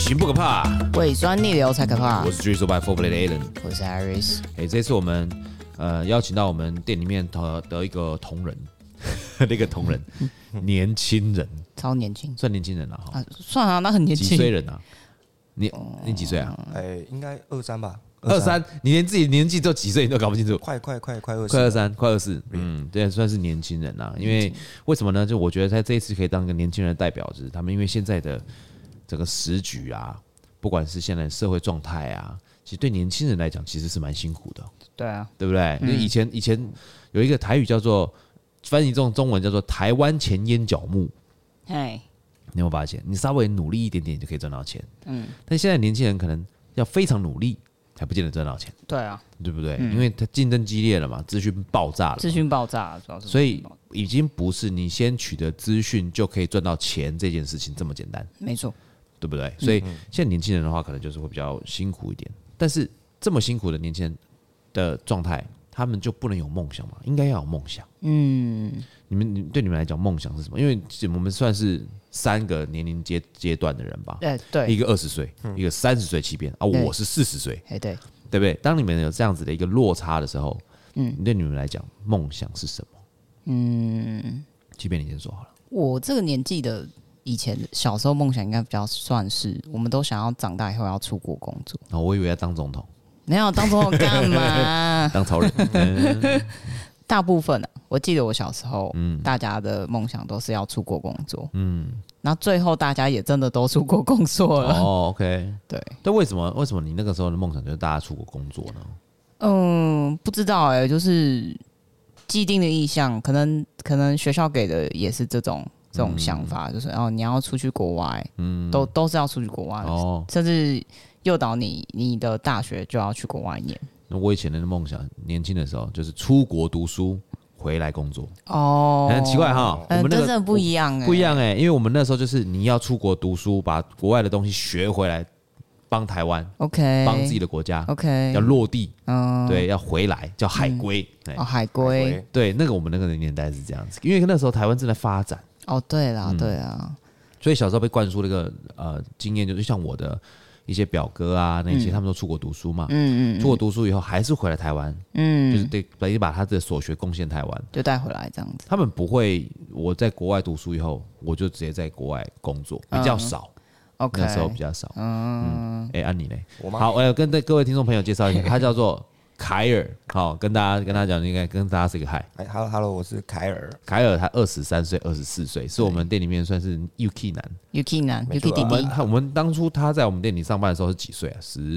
情不可怕， 胃酸逆流才可怕。 我是 Drizzle by Four Play 的 Alan， 我是 Iris。 这次我们邀请到我们店里面的一个同仁，那个同仁年轻人， 超年轻， 算年轻人了哈。 算啊，那很年轻。 几岁人啊？你几岁啊？ 应该23吧。 23，你连自己年纪都几岁你都搞不清楚。 快20，快 23，快24，这算是年轻人啦。因为为什么呢？就我觉得他这一次可以当个年轻人的代表，就是他们因为现在的整个时局啊，不管是现在的社会状态啊，其实对年轻人来讲其实是蛮辛苦的。 对啊， 对不对？因为以前有一个台语叫做翻译中文叫做台湾前烟角木， 哎， 你有没有发现？你稍微努力一点点就可以赚到钱，但现在年轻人可能要非常努力才不见得赚到钱， 对啊， 对不对？因为它竞争激烈了嘛，资讯爆炸了， 资讯爆炸，主要是， 所以已经不是你先取得资讯就可以赚到钱这件事情这么简单， 没错， 对不对？所以现在年轻人的话，可能就是会比较辛苦一点，但是这么辛苦的年轻人的状态，他们就不能有梦想吗？应该要有梦想。对你们来讲，梦想是什么？因为我们算是3个年龄阶段的人吧。 对， 一个20岁，一个30岁起边啊，我是40岁， 对不对？当你们有这样子的一个落差的时候，对你们来讲，梦想是什么？即便你先说好了。 我这个年纪的以前小时候梦想应该比较算是，我们都想要长大以后要出国工作。 我以为要当总统。 没有当总统干嘛？ 当超人。 大部分我记得我小时候，大家的梦想都是要出国工作，然后最后大家也真的都出国工作了。 OK， 对。但为什么你那个时候的梦想就是大家出国工作呢？ 不知道就是既定的意向，可能学校给的也是这种想法，就是你要出去国外，都是要出去国外，甚至诱导你的大学就要去国外念。 那我以前的梦想，年轻的时候就是出国读书，回来工作。很奇怪哈，我们那个真的不一样不一样因为我们那时候就是你要出国读书，把国外的东西学回来，帮台湾 ，OK， 帮自己的国家 ，OK， 要落地，对，要回来叫海归。 海归， 对，那个我们那个年代是这样子，因为那时候台湾正在发展。 对啦，对啊， 所以小时候被灌输那个经验，就是像我的一些表哥啊，那些他们都出国读书嘛，出国读书以后还是回来台湾，就是得把他的所学贡献台湾， 就带回来这样子。 他们不会，我在国外读书以后，我就直接在国外工作，比较少。 OK， 那时候比较少。安妮嘞？好，我要跟各位听众朋友介绍一下，他叫做凯尔。好，跟他讲，应该跟大家 say 个 hi。Hello， 我是凯尔。 凯尔他23岁、24岁，是我们店里面算是 UK 男。 UK 男 ，UK 弟弟。 我们当初他在我们店里上班的时候是几岁啊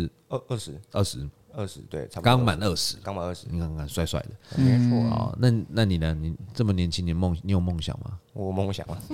？20，对，差不多刚满20，你看看帅帅的， 没错。 那你呢？你这么年轻，你有梦想吗？ 我梦想啊。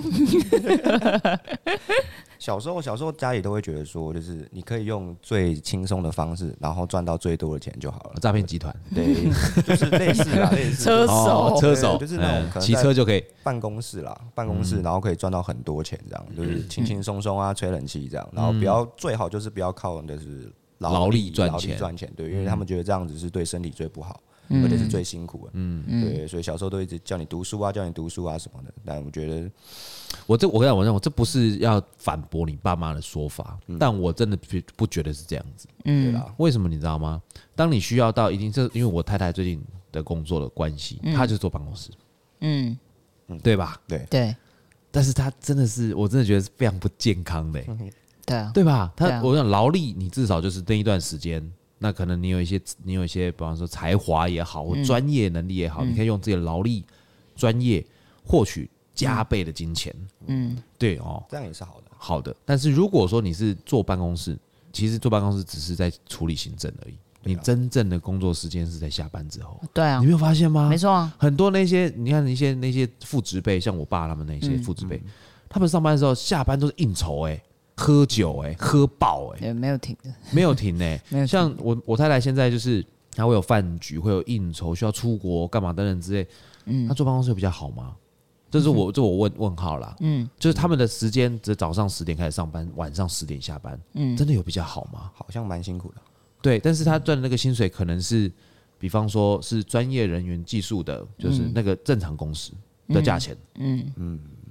小时候家里都会觉得说，就是你可以用最轻松的方式，然后赚到最多的钱就好了。 诈骗集团， 对，就是类似车手， 就是那种骑车就可以办公室，然后可以赚到很多钱，这样就是轻轻松松啊，吹冷气这样，然后最好就是不要靠就是劳力赚钱，对，因为他们觉得这样子是对身体最不好。而且是最辛苦的，对，所以小时候都一直叫你读书啊什么的。但我觉得， 我跟你讲，我这不是要反驳你爸妈的说法，但我真的不觉得是这样子。 对啦， 为什么你知道吗？当你需要到一定，因为我太太最近的工作的关系，她就是坐办公室，对吧？ 对。 但是她真的是，我真的觉得是非常不健康的， 对啊， 对吧？我想劳力，你至少就是那一段时间。那可能你有一些，比方说才华也好，或专业能力也好，你可以用自己的劳力、专业获取加倍的金钱。对哦， 这样也是好的。 好的，但是如果说你是坐办公室，其实坐办公室只是在处理行政而已。你真正的工作时间是在下班之后。 对啊， 你没有发现吗？ 没错啊， 很多那些你看那些副职辈，像我爸他们那些副职辈，他们上班的时候下班都是应酬喝酒喝爆没有停的， 没有停像我太太现在就是她会有饭局，会有应酬，需要出国干嘛等等之类。她坐办公室比较好吗？这是我问号啦。就是他们的时间只早上10点开始上班，晚上10点下班。真的有比较好吗？ 好像蛮辛苦的。 对，但是他赚的那个薪水可能是，比方说是专业人员技术的，就是那个正常工时的价钱。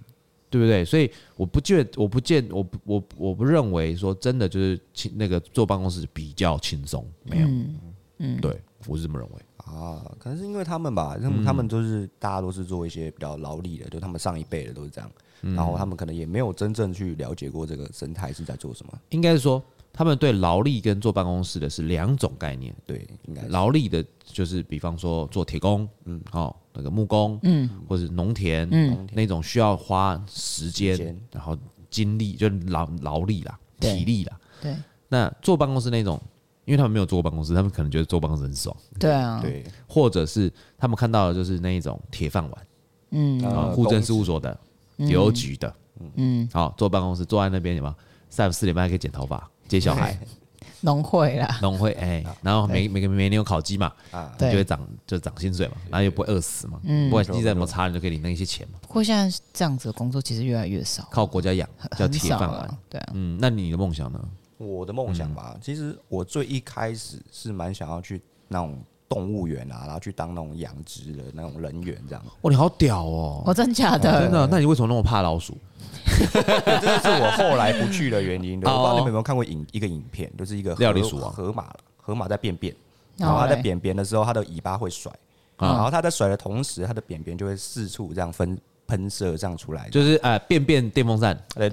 对不对？所以我不认为说真的就是那个坐办公室比较轻松，没有，对我是这么认为。 可能是因为他们吧，他们大家都是做一些比较劳力的，就他们上一辈的都是这样，然后他们可能也没有真正去了解过这个生态是在做什么。 应该是说，他们对劳力跟坐办公室的是两种概念。 对，应该劳力的就是比方说做铁工，那个木工，或者农田，那种需要花时间，然后精力就是劳力啦，体力啦。 对， 那坐办公室那种。因为他们没有坐过办公室，他们可能觉得坐办公室很爽。 对啊， 对， 或者是他们看到的就是那一种铁饭碗，户政事务所的、邮局的，好坐办公室坐在那边有没有？下午4点半还可以剪头发、接小孩， 农会啦， 农会然后每年有烤鸡嘛，就会涨薪水嘛，然后又不会饿死嘛，不管经济再怎么差，你就可以领那些钱嘛。 不过现在这样子的工作其实越来越少， 靠国家养叫铁饭碗， 对啊， 那你的梦想呢？ 我的梦想吧，其实我最一开始是蛮想要去那种动物园啊，然后去当那种养殖的那种人员这样。 你好屌哦！ 真假的？ 真的？那你为什么那么怕老鼠？ 这是我后来不去的原因。我不知道你们有没有看过一个影片，就是一个料理鼠王河马在便便，然后它在便便的时候，它的尾巴会甩，然后它在甩的同时，它的便便就会四处这样喷射这样出来， 就是便电风扇。 对。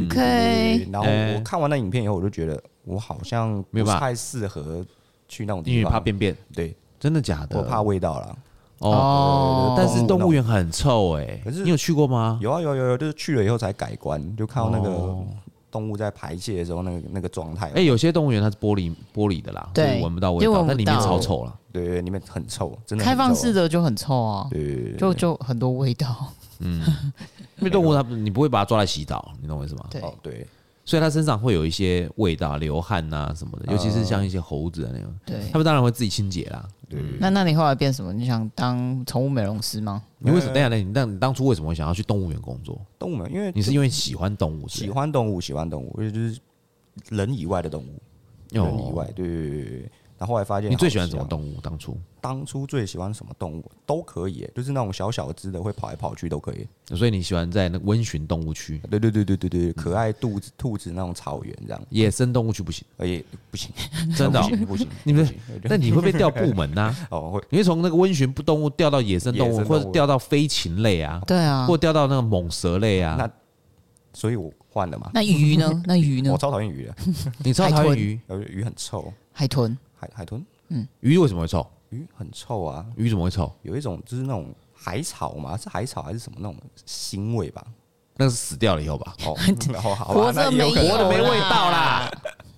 OK。 然后我看完那影片以后，我就觉得我好像不太适合去那种地方， 因为怕便。 对， 真的假的？ 我怕味道啦。 但是动物园很臭可是你有去过吗？ 有，就是去了以后才改观，就看到那个动物在排泄的时候那个状态。 有些动物园它是玻璃的啦， 对， 闻不到味道，但里面超臭了。 对，里面很臭，真的。 开放式的就很臭啊， 对， 就很多味道。 因为动物你不会把它抓来洗澡，你懂我意思吗？ 对， 所以它身上会有一些味道，流汗啊什么的，尤其是像一些猴子的那种， 对， 他们当然会自己清洁啦。 对， 那你后来变什么？你想当宠物美容师吗？ 你为什么？等一下，你当初为什么会想要去动物园工作？ 动物园，因为你是因为喜欢动物， 喜欢动物，而且就是人以外的动物，人以外，对。然后后来发现， 你最喜欢什么动物？当初最喜欢什么动物都可以，就是那种小小只的会跑来跑去都可以。 所以你喜欢在那温驯动物区？ 对，可爱兔子那种草原这样。 野生动物区不行， 也不行， 真的不行。 那你会被调部门呐？你会从那个温驯动物调到野生动物，或者调到飞禽类啊？ 对啊， 或调到那个猛蛇类啊？ 那所以我换了嘛。 那鱼呢？ 我超讨厌鱼的。 你超讨厌鱼？ 鱼很臭。 海豚。 海豚， 鱼为什么会臭？ 鱼很臭啊！ 鱼怎么会臭？ 有一种就是那种海草嘛，是海草还是什么那种腥味吧？ 那是死掉了以后吧？ 活着没味道啦。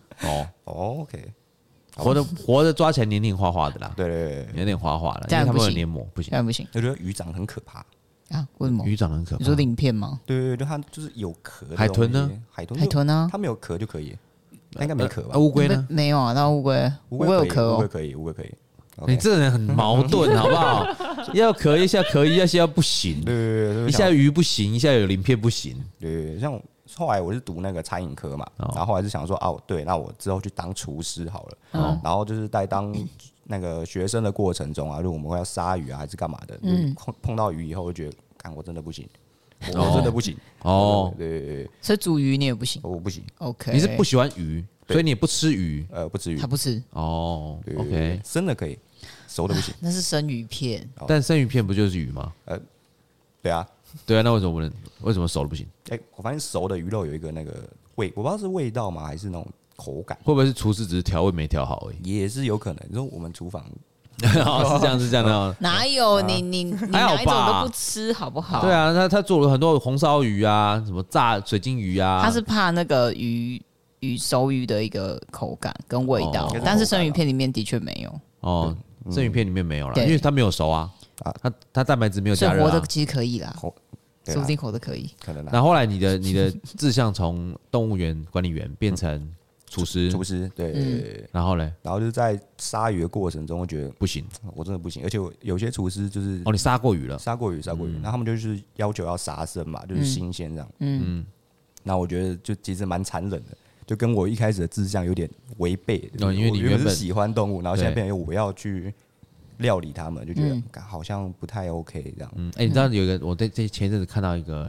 OK， 活着抓起来黏黏滑滑的啦。 对， 有点滑滑的， 这样因为它们有黏膜，不行， 这样不行。 我觉得鱼长得很可怕啊？为什么？ 鱼长得很可怕。 你说鳞片吗？ 对，它就是有壳。 海豚呢？ 海豚呢？ 它没有壳就可以。应该没壳吧？ 乌龟呢？ 没有啊，那乌龟有壳。 乌龟可以。 你这个人很矛盾，好不好？要壳一下可以，一下不行。 对， 一下鱼不行，一下有鳞片不行。 对，像后来我是读那个餐饮科嘛，然后后来是想说对，那我之后去当厨师好了。然后就是在当那个学生的过程中啊，如果我们会要杀鱼啊还是干嘛的，碰到鱼以后，我就觉得，我真的不行。我真的不行对， 所以煮鱼你也不行， 我不行。 OK， 你是不喜欢鱼，所以你也不吃鱼， 不吃鱼， 他不吃。 OK， 生的可以，熟的不行。 那是生鱼片， 但生鱼片不就是鱼吗？ 对啊， 那为什么不能？为什么熟的不行？ 我发现熟的鱼肉有一个那个味，我不知道是味道吗，还是那种口感？ 会不会是厨师只是调味没调好而已？ 也是有可能。你说我们厨房。 是这样的， 哪有你哪一种都不吃好不好？ 对啊，他做了很多红烧鱼啊，什么炸水晶鱼啊， 他是怕那个熟鱼的一个口感跟味道，但是生鱼片里面的确没有。 生鱼片里面没有啦，因为它没有熟啊，它蛋白质没有加热， 活的其实可以啦，说不定活的可以。 可能。 那后来你的志向从动物园管理员变成厨师， 对， 然后嘞， 然后就是在杀鱼的过程中，我觉得不行， 我真的不行，而且有些厨师就是你杀过鱼了， 杀过鱼，那他们就是要求要杀生嘛，就是新鲜这样，那我觉得就其实蛮残忍的，就跟我一开始的志向有点违背， 因为你原本是喜欢动物，然后现在变成我要去料理他们，就觉得好像不太 OK 这样。 你知道有一个我在前一阵子看到一个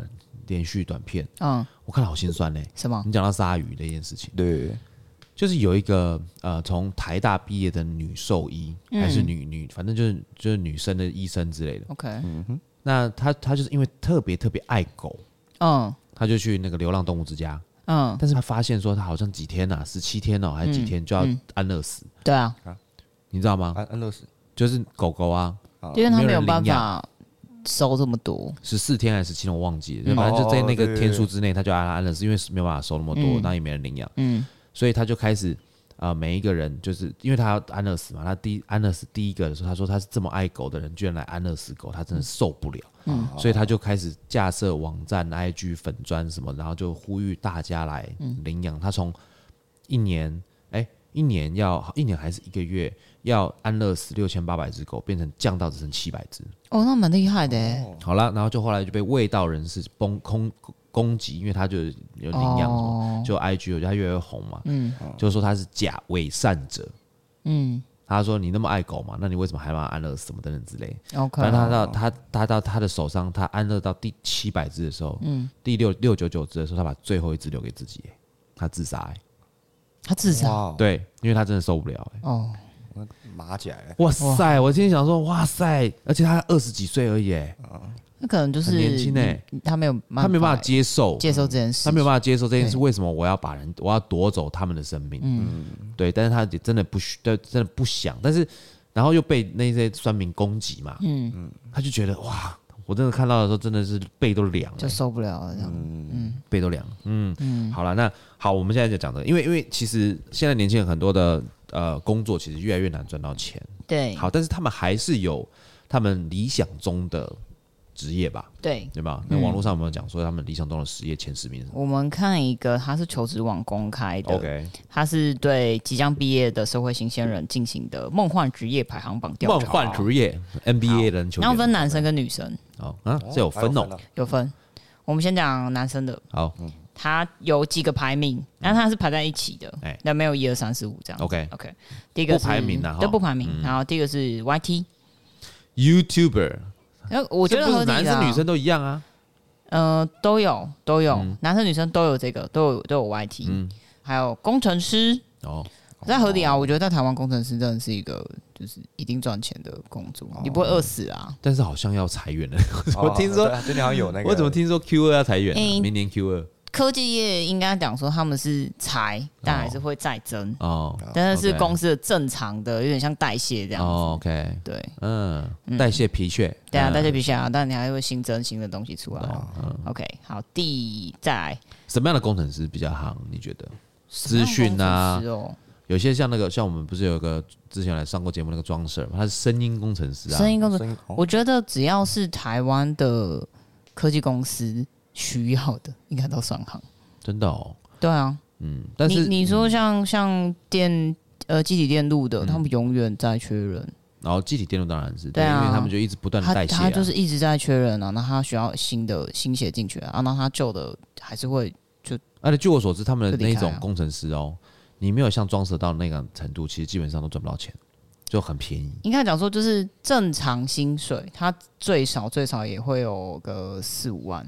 连续短片，我看了好心酸嘞。 什么？ 你讲到鲨鱼的一件事情， 对， 就是有一个从台大毕业的女兽医，还是女，反正就是女生的医生之类的。 OK， 那她就是因为特别爱狗，她就去那个流浪动物之家，但是她发现说她好像几天啊，17天还是几天就要安乐死。 对啊， 你知道吗？ 安乐死就是狗狗啊， 因为他没有办法收这么多 ，14天还是17天我忘记了，反正就在那个天数之内，他就安乐死，因为没有办法收那么多，那也没人领养，所以他就开始每一个人就是因为他要安乐死嘛，他安乐死第一个的时候，他说他是这么爱狗的人，居然来安乐死狗，他真的受不了，所以他就开始架设网站、IG 粉专什么，然后就呼吁大家来领养。他从一年还是1个月要安乐死6800只狗，变成降到只剩700只。 哦，那蛮厉害的耶。 好了，然后就后来就被卫道人士攻击，因为他就有领养什么，就 IG 我觉得他越来越红嘛，就说他是假伪善者，他说你那么爱狗嘛，那你为什么还把它安乐死什么等等之类。 OK， 反正他到他的手上，他安乐到第700只的时候，第699只的时候，他把最后一只留给自己，他自杀。 他自杀？ 对，因为他真的受不了。 哦，麻起来了。 哇塞！我今天想说，哇塞！而且他20几岁而已， 那可能就是很年轻他没有办法接受这件事， 他没有办法接受这件事。为什么我要夺走他们的生命？对，但是他也真的不想，但是然后又被那些酸民攻击嘛，他就觉得哇，我真的看到的时候真的是背都凉了， 就受不了了，这样， 背都凉。好了，那好，我们现在就讲这个，因为其实现在年轻人很多的工作其实越来越难赚到钱， 对， 好，但是他们还是有他们理想中的职业吧，对吧？那网络上有没有讲说他们理想中的职业前10名？ 我们看一个，他是求职网公开的 ，OK， 他是对即将毕业的社会新鲜人进行的梦幻职业排行榜调查。 梦幻职业 NBA 的人球员， 然后分男生跟女生。 这有分哦， 有分。我们先讲男生的。 好， 他有几个排名，但他是排在一起的，那没有1、2、3、4、5这样。 OK， 第一个是不排名啊， 对，不排名。然后第一个是 YT。YouTuber， 我觉得合理啦， 男生女生都一样啊。 都有，男生女生都有这个，都有 YT，还有工程师。在合理啊，我觉得在台湾工程师真的是一个就是一定赚钱的工作，你不会饿死啊。 但是好像要裁员了，我听说最近好像有那个， 我怎么听说 Q2 要裁员？明年 Q2。 科技业应该讲说他们是裁，但还是会再增但是公司的正常的，有点像代谢这样子。 OK， 对， 代谢皮屑， 对啊，代谢皮屑啊，但你还会新增新的东西出来。OK， 好，再来， 什么样的工程师比较行？你觉得？资讯啊，有些像我们不是有个之前来上过节目那个庄 Sir， 他是声音工程师啊。 声音工程师，我觉得只要是台湾的科技公司需要的，应该都算行。 真的哦。 对啊，但是你说像机体电路的，他们永远在缺人。 然后机体电路当然是对啊， 因为他们就一直不断的代谢， 他就是一直在缺人啊，那他需要新血进去啊，那他旧的还是会就。 而且据我所知，他们的那种工程师你没有像装饰到那个程度，其实基本上都赚不到钱，就很便宜。 应该讲说，就是正常薪水，他最少也会有个4、5万。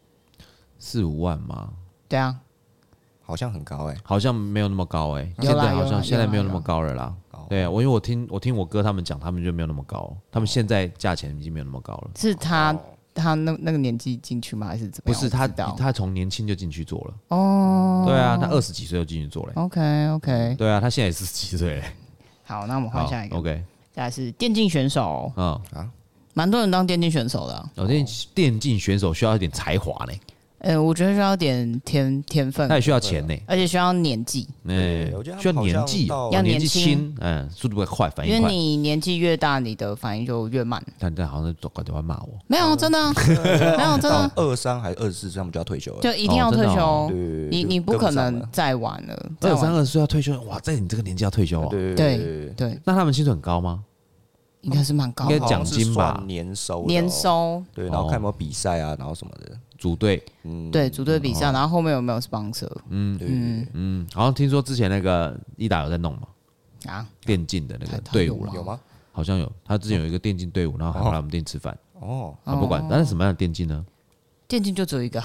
4、5万吗？ 对啊， 好像很高好像没有那么高现在好像现在没有那么高了啦。对啊，因为我听我哥他们讲，他们就没有那么高，他们现在价钱已经没有那么高了。 是他那个年纪进去吗？还是怎么样？ 不是他从年轻就进去做了。对啊，他20几岁就进去做了。 OK。 对啊，他现在也40几岁了。 好，那我们换下一个。 OK， 再来是电竞选手。蛮多人当电竞选手的。 电竞选手需要一点才华呢。 我觉得需要点天分， 他也需要钱呢， 而且需要年纪。 需要年纪， 要年纪轻，速度会快，反应快。 因为你年纪越大，你的反应就越慢。 但好像是管电话骂我， 没有真的，没有真的。 23还是24岁，他们就要退休了， 就一定要退休。你不可能再晚了。 23、24岁要退休，哇，在你这个年纪要退休哦。 对。 那他们薪水很高吗？ 应该是蛮高的， 应该奖金吧， 年收，对，然后看有没有比赛啊，然后什么的， 组队， 对，组队比赛，然后后面有没有 sponsor， 好像听说之前那个伊达有在弄嘛，电竞的那个队伍有吗？ 好像有，他之前有一个电竞队伍，然后还来我们店吃饭，不管，但是什么样的电竞呢？ 电竞就只有一个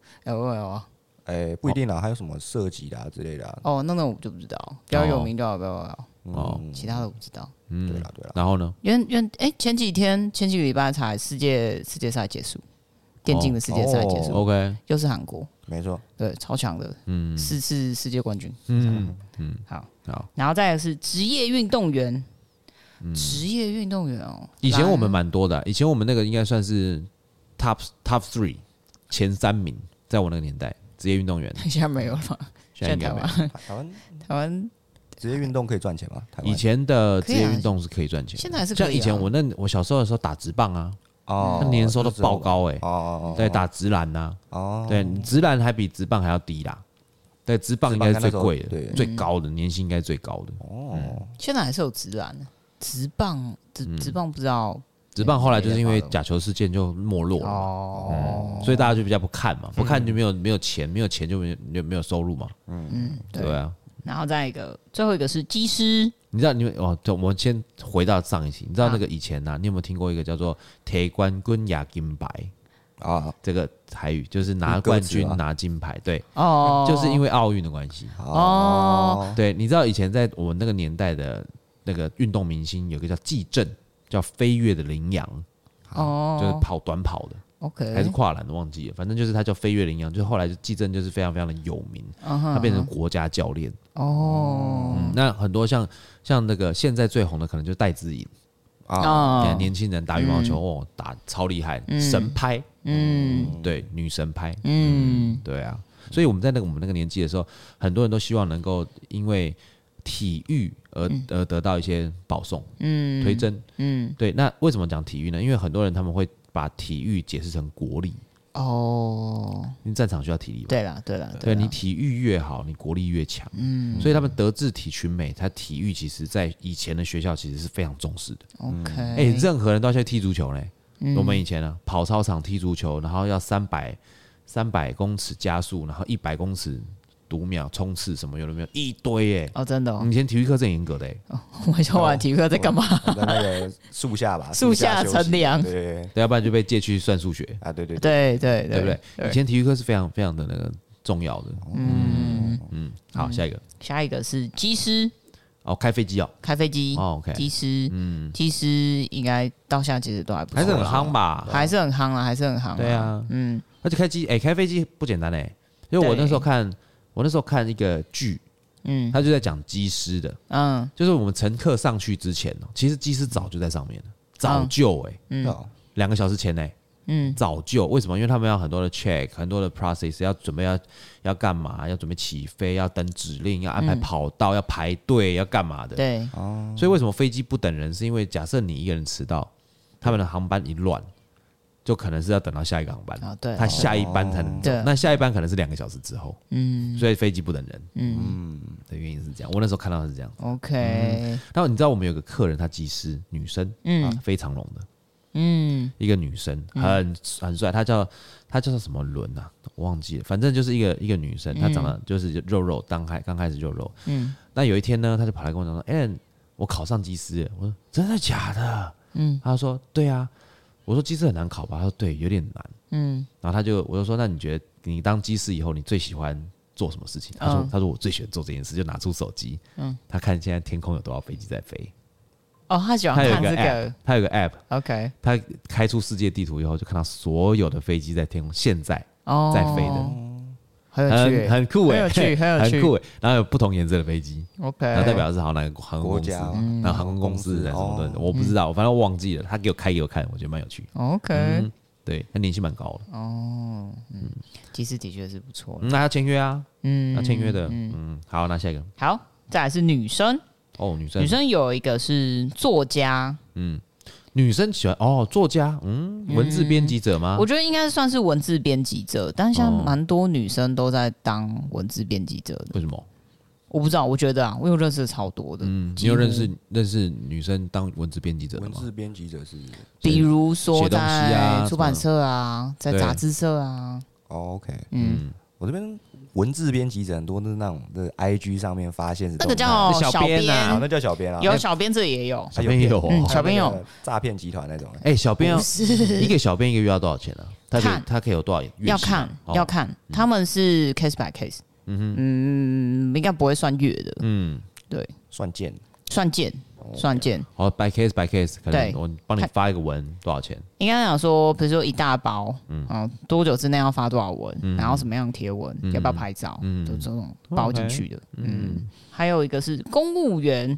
LOL 啊。 不一定啦，还有什么射击啦之类的啊。 哦，那我就不知道，比较有名就好，LOL。哦，其他的我不知道。 对啦。 然后呢？ 前几个礼拜才世界赛结束，电竞的世界赛结束。 OK， 又是韩国， 没错， 对，超强的，4次世界冠军。好，然后再来是职业运动员。职业运动员哦， 以前我们蛮多的，以前我们那个应该算是 top 3前3名，在我那个年代，职业运动员现在没有了吗？ 现在应该没有。 台湾职业运动可以赚钱吗？台湾以前的职业运动是可以赚钱， 现在还是可以。 像以前我小时候的时候打职棒啊， 那年收都爆高对，打职篮呐，对，职篮还比职棒还要低啦。对，职棒应该是最贵的，最高的年薪应该是最高的。 现在还是有职篮，职棒不知道。 职棒后来就是因为假球事件就没落了，所以大家就比较不看嘛，不看就没有钱，没有钱就没有收入嘛。对啊。 然后再最后一个是机师。 你知道我们先回到上一期，你知道那个以前你有没有听过一个叫做“铁冠军亚金牌”啊？这个台语就是拿冠军拿金牌，对，就是因为奥运的关系。对，你知道以前在我们那个年代的那个运动明星有个叫纪政。叫飞跃的羚羊，就是跑短跑的，OK， 还是跨栏的忘记了，反正就是他叫飞跃羚羊，就是后来就纪政就是非常非常的有名，他变成国家教练。那很多像那个现在最红的可能就是戴资颖年轻人打羽毛球打超厉害，神拍，对，女神拍，对啊，所以我们在我们那个年纪的时候，很多人都希望能够因为体育而得到一些保送，推甄，对。那为什么讲体育呢？因为很多人他们会把体育解释成国力，因为战场需要体力嘛。 对啦， 对你体育越好，你国力越强，所以他们德智体群美，他体育其实在以前的学校其实是非常重视的。 OK， 任何人都要去踢足球嘞。我们以前呢，跑操场踢足球，然后要300公尺加速，然后100公尺。读秒冲刺什么有的没有一堆耶！ 真的以前体育课是很严格的我们就玩体育课在干嘛？ 在那个树下吧， 树下乘凉， 对， 要不然就被借去算数学啊，对不对？以前体育课是非常非常的那个重要的。好， 下一个是机师开飞机开飞机 OK， 机师机师应该到现在其实都还不错， 还是很夯吧？ 还是很夯啦，还是很夯。 对啊，而且开飞机不简单因为我那时候看一个剧，他就在讲机师的，就是我们乘客上去之前其实机师早就在上面了，早就2个小时前早就为什么？因为他们要很多的 check， 很多的 process， 要准备要干嘛？要准备起飞，要等指令，要安排跑道，要排队，要干嘛的？ 对， 所以为什么飞机不等人？是因为假设你一个人迟到，他们的航班一乱。就可能是要等到下一个航班，他下一班才能走，那下一班可能是2个小时之后，所以飞机不等人，的原因是这样。我那时候看到的是这样 ，OK。 然后你知道我们有个客人，她机师女生，飞长龙的，一个女生很帅，她叫什么伦啊，我忘记了，反正就是一个女生，她长得就是肉，刚开始肉，那有一天呢，她就跑来跟我讲说，我考上机师了，我说真的假的？她说对啊。我说机师很难考吧？他说对，有点难。然后我就说，那你觉得你当机师以后，你最喜欢做什么事情？他说我最喜欢做这件事，就拿出手机，他看现在天空有多少飞机在飞。 他喜欢看这个， 他有个 app， 他开出世界地图以后，就看到所有的飞机在天空现在在飞的。很酷很有趣，很酷然后有不同颜色的飞机，OK， 然后代表是哪个航空公司，然后航空公司什么的，我不知道，反正我忘记了。他给我看，我觉得蛮有趣。 OK， 对，他年薪蛮高的。 机师的确是不错。 那要签约啊，要签约的。好，那下一个。 好，再来是女生。女生有一个是作家。 女生喜欢作家，文字编辑者吗？ 我觉得应该算是文字编辑者，但是像蛮多女生都在当文字编辑者的。 为什么？ 我不知道，我觉得我有认识超多的。 你有认识女生当文字编辑者的吗？ 文字编辑者是， 比如说在出版社啊，在杂志社啊。 OK，我这边文字编辑者很多都是那种的 IG 上面发现是那个叫小编啊， 那叫小编啊， 有小编这也有， 小编也有， 小编有诈骗集团那种。 小编一个小编一个月要多少钱呢？他可以有多少月薪？ 要看，他们是 case by case，应该不会算月的，对， 算件。 by case by case， 可能我帮你发一个文多少钱？ 应该讲说，比如说一大包，多久之内要发多少文，然后什么样的贴文，要不要拍照，就这种包进去的。还有一个是公务员，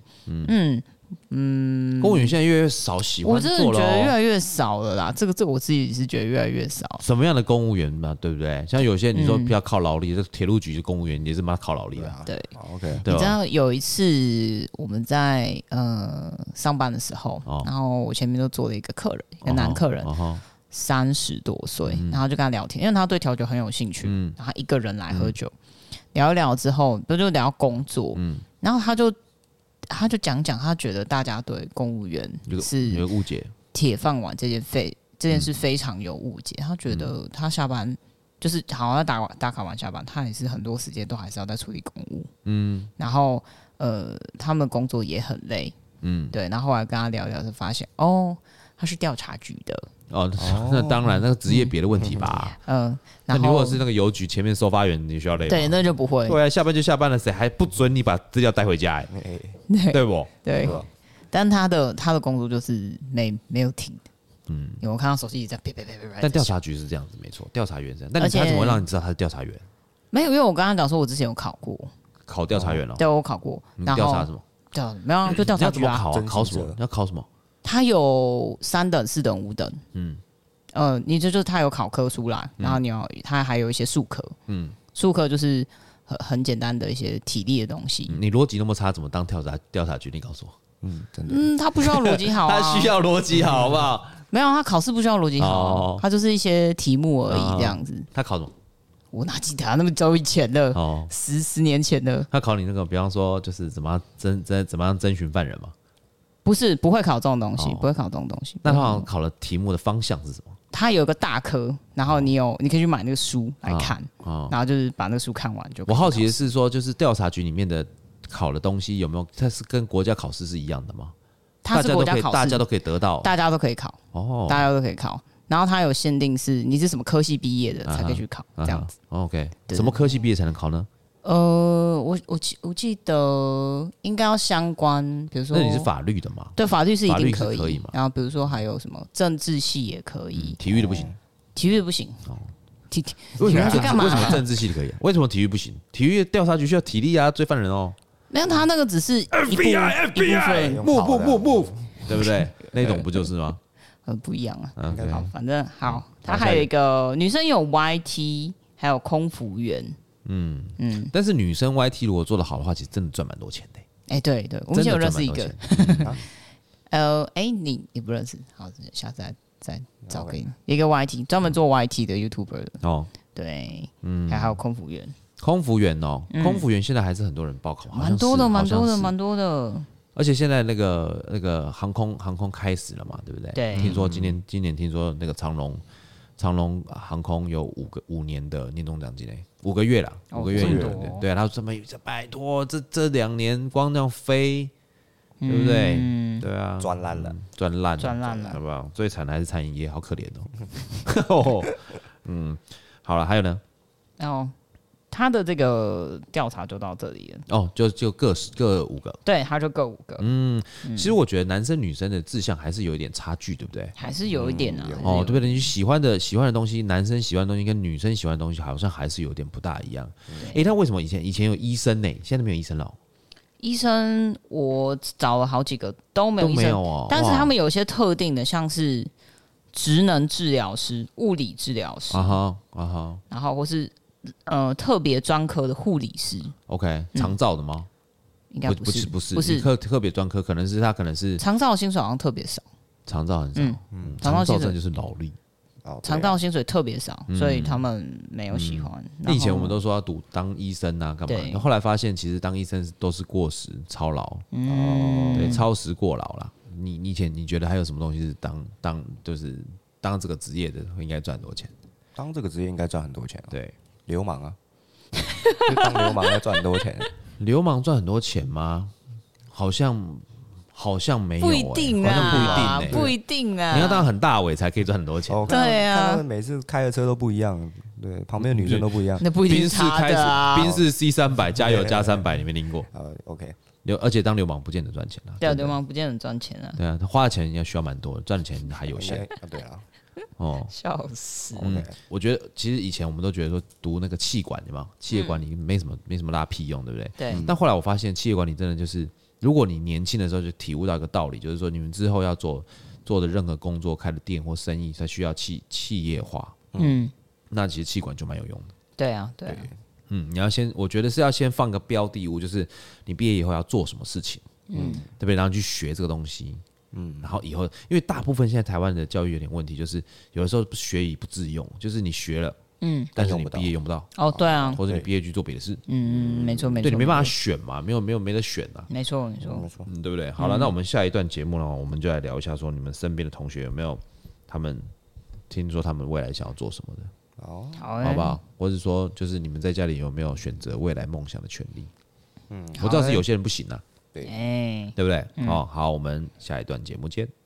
公务员现在越来越少喜欢做了， 我真的觉得越来越少了啦。这个我自己是觉得越来越少。 什么样的公务员嘛，对不对？像有些你说比较靠劳力，这铁路局的公务员也是蛮靠劳力的。 对 ，OK。 你知道有一次我们在上班的时候，然后我前面就坐了一个客人，一个男客人。30多岁，然后就跟他聊天，因为他对调酒很有兴趣，然后他一个人来喝酒，聊一聊之后，不就聊工作，然后他就讲，他觉得大家对公务员是有误解， 铁饭碗这件事非常有误解。他觉得他下班就是好像打卡完下班，他也是很多时间都还是要在处理公务，然后他们工作也很累，对。然后后来跟他聊聊，就发现他是调查局的。 那当然，那个职业别的问题吧。那如果是那个邮局前面收发员，你需要累吗？ 对，那就不会。 对啊，下班就下班了，谁还不准你把资料带回家？对不？ 对。但他的工作就是没有停的。有我看到手机在啪啪啪啪啪。 但调查局是这样子，没错，调查员是这样。但他怎么会让你知道他是调查员？ 没有，因为我刚刚讲说，我之前有考过， 考调查员了。 对，我考过。 你调查什么？ 没有，就调查局啊。 考什么？要考什么？ 他有3等、4等、5等。你就是他有考科书啦，然后他还有一些术科。术科就是很简单的一些体力的东西。 你逻辑那么差，怎么当调查局？你告诉我。 真的。 他不需要逻辑好啊。 他需要逻辑好，好不好？ 没有，他考试不需要逻辑好，他就是一些题目而已，这样子。 他考什么？ 我哪记得那么久以前的，10年前的。 他考你那个，比方说就是怎么样侦询犯人嘛？ 不会考这种东西，不会考这种东西。 那他好像考了题目的方向是什么？ 他有一个大科，然后你可以去买那个书来看，然后就是把那个书看完就。 我好奇的是说，就是调查局里面的考的东西有没有，它是跟国家考试是一样的吗？ 它是国家考试， 大家都可以得到， 大家都可以考，大家都可以考。然后它有限定是你是什么科系毕业的才可以去考，这样子。 OK， 什么科系毕业才能考呢？ 我记得应该要相关，比如说， 那你是法律的嘛？ 对，法律是一定可以嘛？ 然后比如说还有什么政治系也可以， 体育的不行， 体育的不行。 为什么去干嘛？ 为什么政治系的可以？为什么体育不行？体育调查局需要体力啊，追犯人哦。 没有，他那个只是一部分， 对不对？那种不就是吗？ 不一样啊。好，反正好，他还有一个女生有 YT， 还有空服员。 但是女生 YT 如果做得好的话，其实真的赚蛮多钱的。 对，我们以前有认识一个。你不认识？好，下次再找给你一个 YT， 专门做 YT 的 YouTuber 的。对，还有空服员。空服员空服员现在还是很多人报考，蛮多的。而且现在那个航空开始了嘛，对不对？对。听说今年听说那个长龙航空有5年的年终奖金，5个月啦，5个月。对啊，他说拜托，这2年光那样飞，对不对？对啊，赚烂了，好不好？最惨的还是餐饮业，好可怜哦。好了，还有呢？他的这个调查就到这里了。就各5个。对，他就各5个。其实我觉得男生女生的志向还是有一点差距，对不对？还是有一点啊。对不对？你喜欢的东西，男生喜欢的东西跟女生喜欢的东西好像还是有点不大一样。那为什么以前有医生呢？现在没有医生了？医生我找了好几个都没有医生，但是他们有些特定的，像是职能治疗师、物理治疗师，然后或是特别专科的护理师。OK， 长照的吗？应该不是特别专科，可能是长照的薪水好像特别少，长照很少，长照真的就是劳力。长照薪水特别少，所以他们没有喜欢。以前我们都说要当医生啊，干嘛？后来发现其实当医生都是过时操劳，对，超时过劳啦。你以前你觉得还有什么东西是就是当这个职业的应该赚很多钱？当这个职业应该赚很多钱，对，流氓啊。 就当流氓要赚很多钱。 流氓赚很多钱吗？好像没有、 不一定啊， 好像不一定、欸， 不一定啊。 你要当很大尾才可以赚很多钱。 对啊， 看他们每次开的车都不一样，对，旁边的女生都不一样。 那不一定是他的啊。 宾士 C300加油加300，你没听过 ？OK。 而且当流氓不见得赚钱啊。 对，流氓不见得赚钱啊。 对啊，他花的钱要需要蛮多的，赚的钱还有限。 对啊。 笑死。 我觉得其实以前我们都觉得说读那个企管，对吗？企业管理没什么大屁用，对不对？ 对。 但后来我发现企业管理真的就是，如果你年轻的时候就体悟到一个道理，就是说你们之后要做的任何工作、开的店或生意，才需要企业化。那其实企管就蛮有用的。 对啊，对啊。 你要先，我觉得是要先放个标的物，就是你毕业以后要做什么事情，对不对？然后去学这个东西，然后以后，因为大部分现在台湾的教育有点问题，就是有的时候学以不致用，就是你学了，但是你毕业用不到， 对啊， 或者你毕业去做别的事， 没错， 对你没办法选嘛，没得选啊， 没错， 对不对？好了，那我们下一段节目呢，我们就来聊一下，说你们身边的同学有没有他们听说他们未来想要做什么的。好不好？或者说，就是你们在家里有没有选择未来梦想的权利？我知道是有些人不行啊，对不对？好，我们下一段节目见。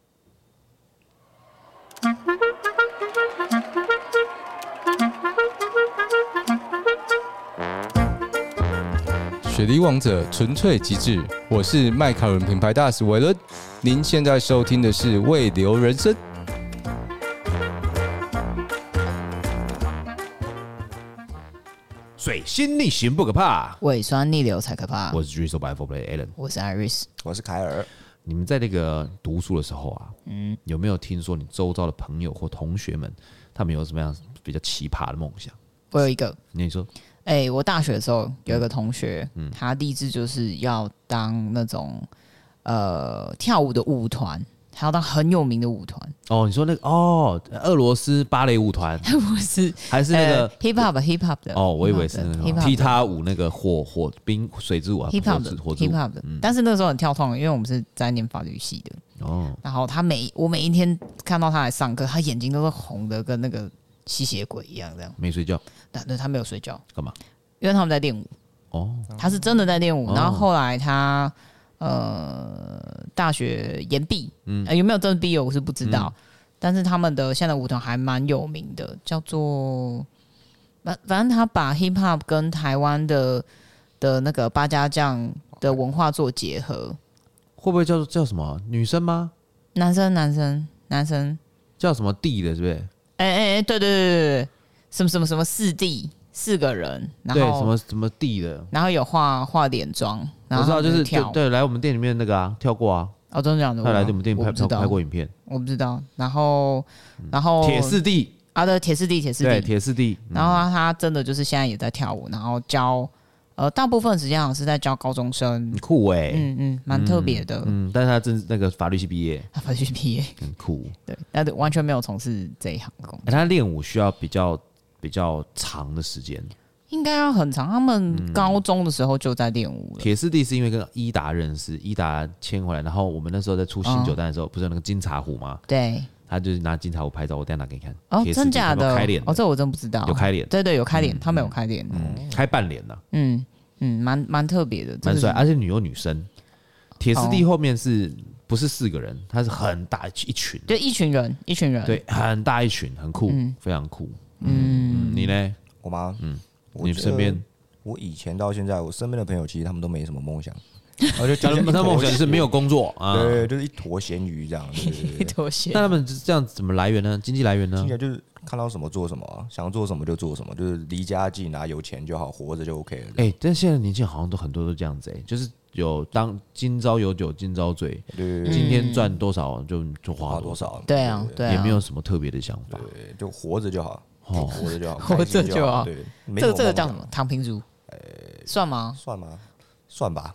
雪梨王者纯粹极致，我是麦卡伦品牌大使韦伦，您现在收听的是《胃流人生》。 水星逆行不可怕， 胃酸逆流才可怕。 我是 Drizzle by Four Play Alan， 我是 Iris， 我是凯尔。 你们在那个读书的时候啊，有没有听说你周遭的朋友或同学们，他们有什么样比较奇葩的梦想？ 我有一个， 你说， 我大学的时候有一个同学，他立志就是要当那种跳舞的舞团。还要当很有名的舞团哦，你说那个俄罗斯芭蕾舞团不是， 还是那个 hip hop 的哦，我以为是那个踢踏舞那个火冰水之舞啊 ，hip hop 的，但是那个时候很跳痛，因为我们是在念法律系的哦。然后我每一天看到他来上课，他眼睛都是红的，跟那个吸血鬼一样，这样没睡觉。 对，他没有睡觉， 干嘛？ 因为他们在练舞哦，他是真的在练舞。然后后来他大学延毕，有没有真的毕业我是不知道，但是他们的现在的舞团还蛮有名的，叫做反正他把 hip hop 跟台湾的那个八家将的文化做结合， 会不会叫什么女生吗？ 男生叫什么弟的，是不是？ 对，什么四弟。4个人，然后对什么地的， 然后有化脸妆，我知道就是对来我们店里面那个啊跳过啊， 真的假的？ 他来我们店拍过影片， 我不知道。然后铁四弟对铁四弟， 对铁四弟， 然后他真的就是现在也在跳舞，然后教大部分时间好像是在教高中生， 很酷蛮特别的， 但是他真那个法律系毕业， 法律系毕业很酷， 对，那完全没有从事这一行的工作。 他练舞需要比较长的时间， 应该要很长。他们高中的时候就在练舞了。 铁四弟是因为跟伊达认识，伊达签回来，然后我们那时候在出新酒单的时候，不是有那个金茶壶吗？ 对， 他就是拿金茶壶拍照，我等一下拿给你看。 哦，真假的？ 开脸这我真不知道。 有开脸， 对，有开脸，他们有开脸， 开半脸呐。 蛮特别的， 蛮帅，而且有女生。铁四弟后面不是4个人？他是很大一群， 对，一群人， 对，很大一群，很酷，非常酷。你呢？ 我吗？ 你身边， 我以前到现在，我身边的朋友其实他们都没什么梦想， 他梦想是没有工作啊， 对，就是一坨咸鱼这样， 一坨咸。 那他们这样怎么来源呢？经济来源呢？ 经济就是看到什么做什么啊，想做什么就做什么，就是离家近啊，有钱就好，活着就 OK 了。 但现在年轻人好像很多都这样子，就是有当今朝有酒今朝醉，今天赚多少就花多少， 对啊， 也没有什么特别的想法， 对，就活着就好。活着就好， 活着就好。 对， 这个叫什么？躺平族？算吗？ 算吗？算吧。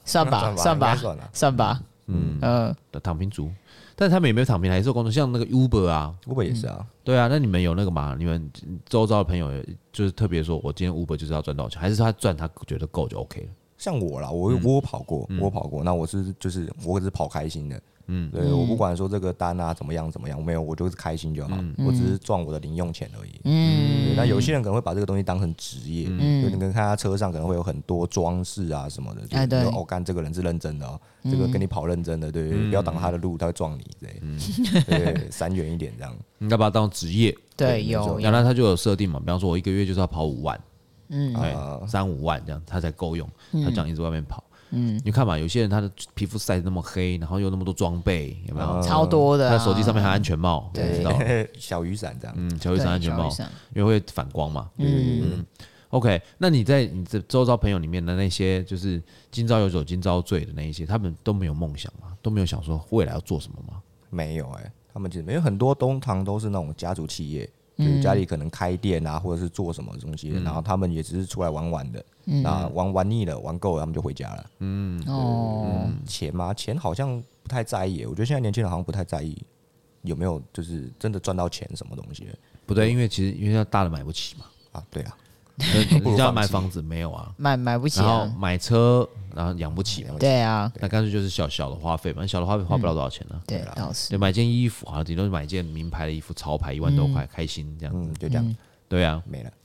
躺平族，但是他们也没有躺平，还是有工作，像那个 Uber 啊 ，Uber 也是啊。 对啊，那你们有那个吗？你们周遭的朋友就是特别说，我今天 Uber 就是要赚多少钱，还是他赚他觉得够就 OK 了？ 像我啦，我有跑过，那我是跑开心的。对，我不管说这个单啊怎么样，没有，我就是开心就好，我只是赚我的零用钱而已。 那有些人可能会把这个东西当成职业，就你可能看他车上可能会有很多装饰啊什么的，就对， 哦，干这个人是认真的哦，这个跟你跑认真的，对，不要挡他的路，他会撞你，对，闪远一点这样。 你要把它当职业， 对，有， 原来他就有设定嘛，比方说我一个月就是要跑5万，对，3-5万这样，他才够用，他这样一直外面跑。你看嘛，有些人他的皮肤晒得那么黑，然后又那么多装备，有没有？ 超多的。 他手机上面还有安全帽， 对， 知道小雨伞这样。 小雨伞、安全帽，因为会反光嘛。OK， 那你在你这周遭朋友里面的那些，就是今朝有酒今朝醉的那一些，他们都没有梦想吗？都没有想说未来要做什么吗？ 没有他们其实没有，很多通常都是那种家族企业。就是家里可能开店啊，或者是做什么东西的，然后他们也只是出来玩玩的，那玩腻了，玩够了，他们就回家了。钱吗？钱好像不太在意，我觉得现在年轻人好像不太在意有没有就是真的赚到钱什么东西。 不对，因为要大的买不起嘛。 对啊， 你要买房子没有啊？ 买不起然后买车，然后养不起。 对啊， 那干脆就是小的花费嘛，小的花费花不了多少钱呢？ 对，倒是。 对，买件衣服啊，顶多买件名牌的衣服，潮牌1万多块，开心这样子， 就这样。 对啊， 没了。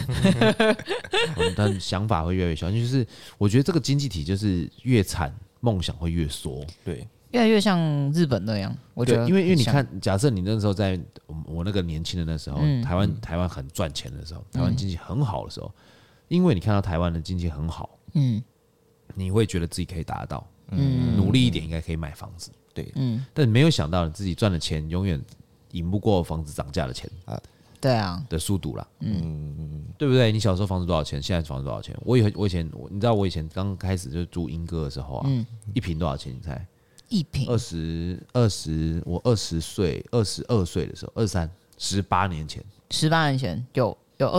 但想法会越来越小，就是我觉得这个经济体就是越惨，梦想会越缩。 对。 越来越像日本那样，我觉得， 因为你看，假设你那时候在我那个年轻的那时候，台湾很赚钱的时候，台湾经济很好的时候，因为你看到台湾的经济很好，你会觉得自己可以达到，努力一点应该可以买房子，对，但没有想到你自己赚的钱永远赢不过房子涨价的钱对啊的速度啦，对不对？你小时候房子多少钱？现在房子多少钱？我以前你知道我以前刚开始就住英歌的时候啊，一坪多少钱？你猜？ 一坪我22岁的时候，18年前有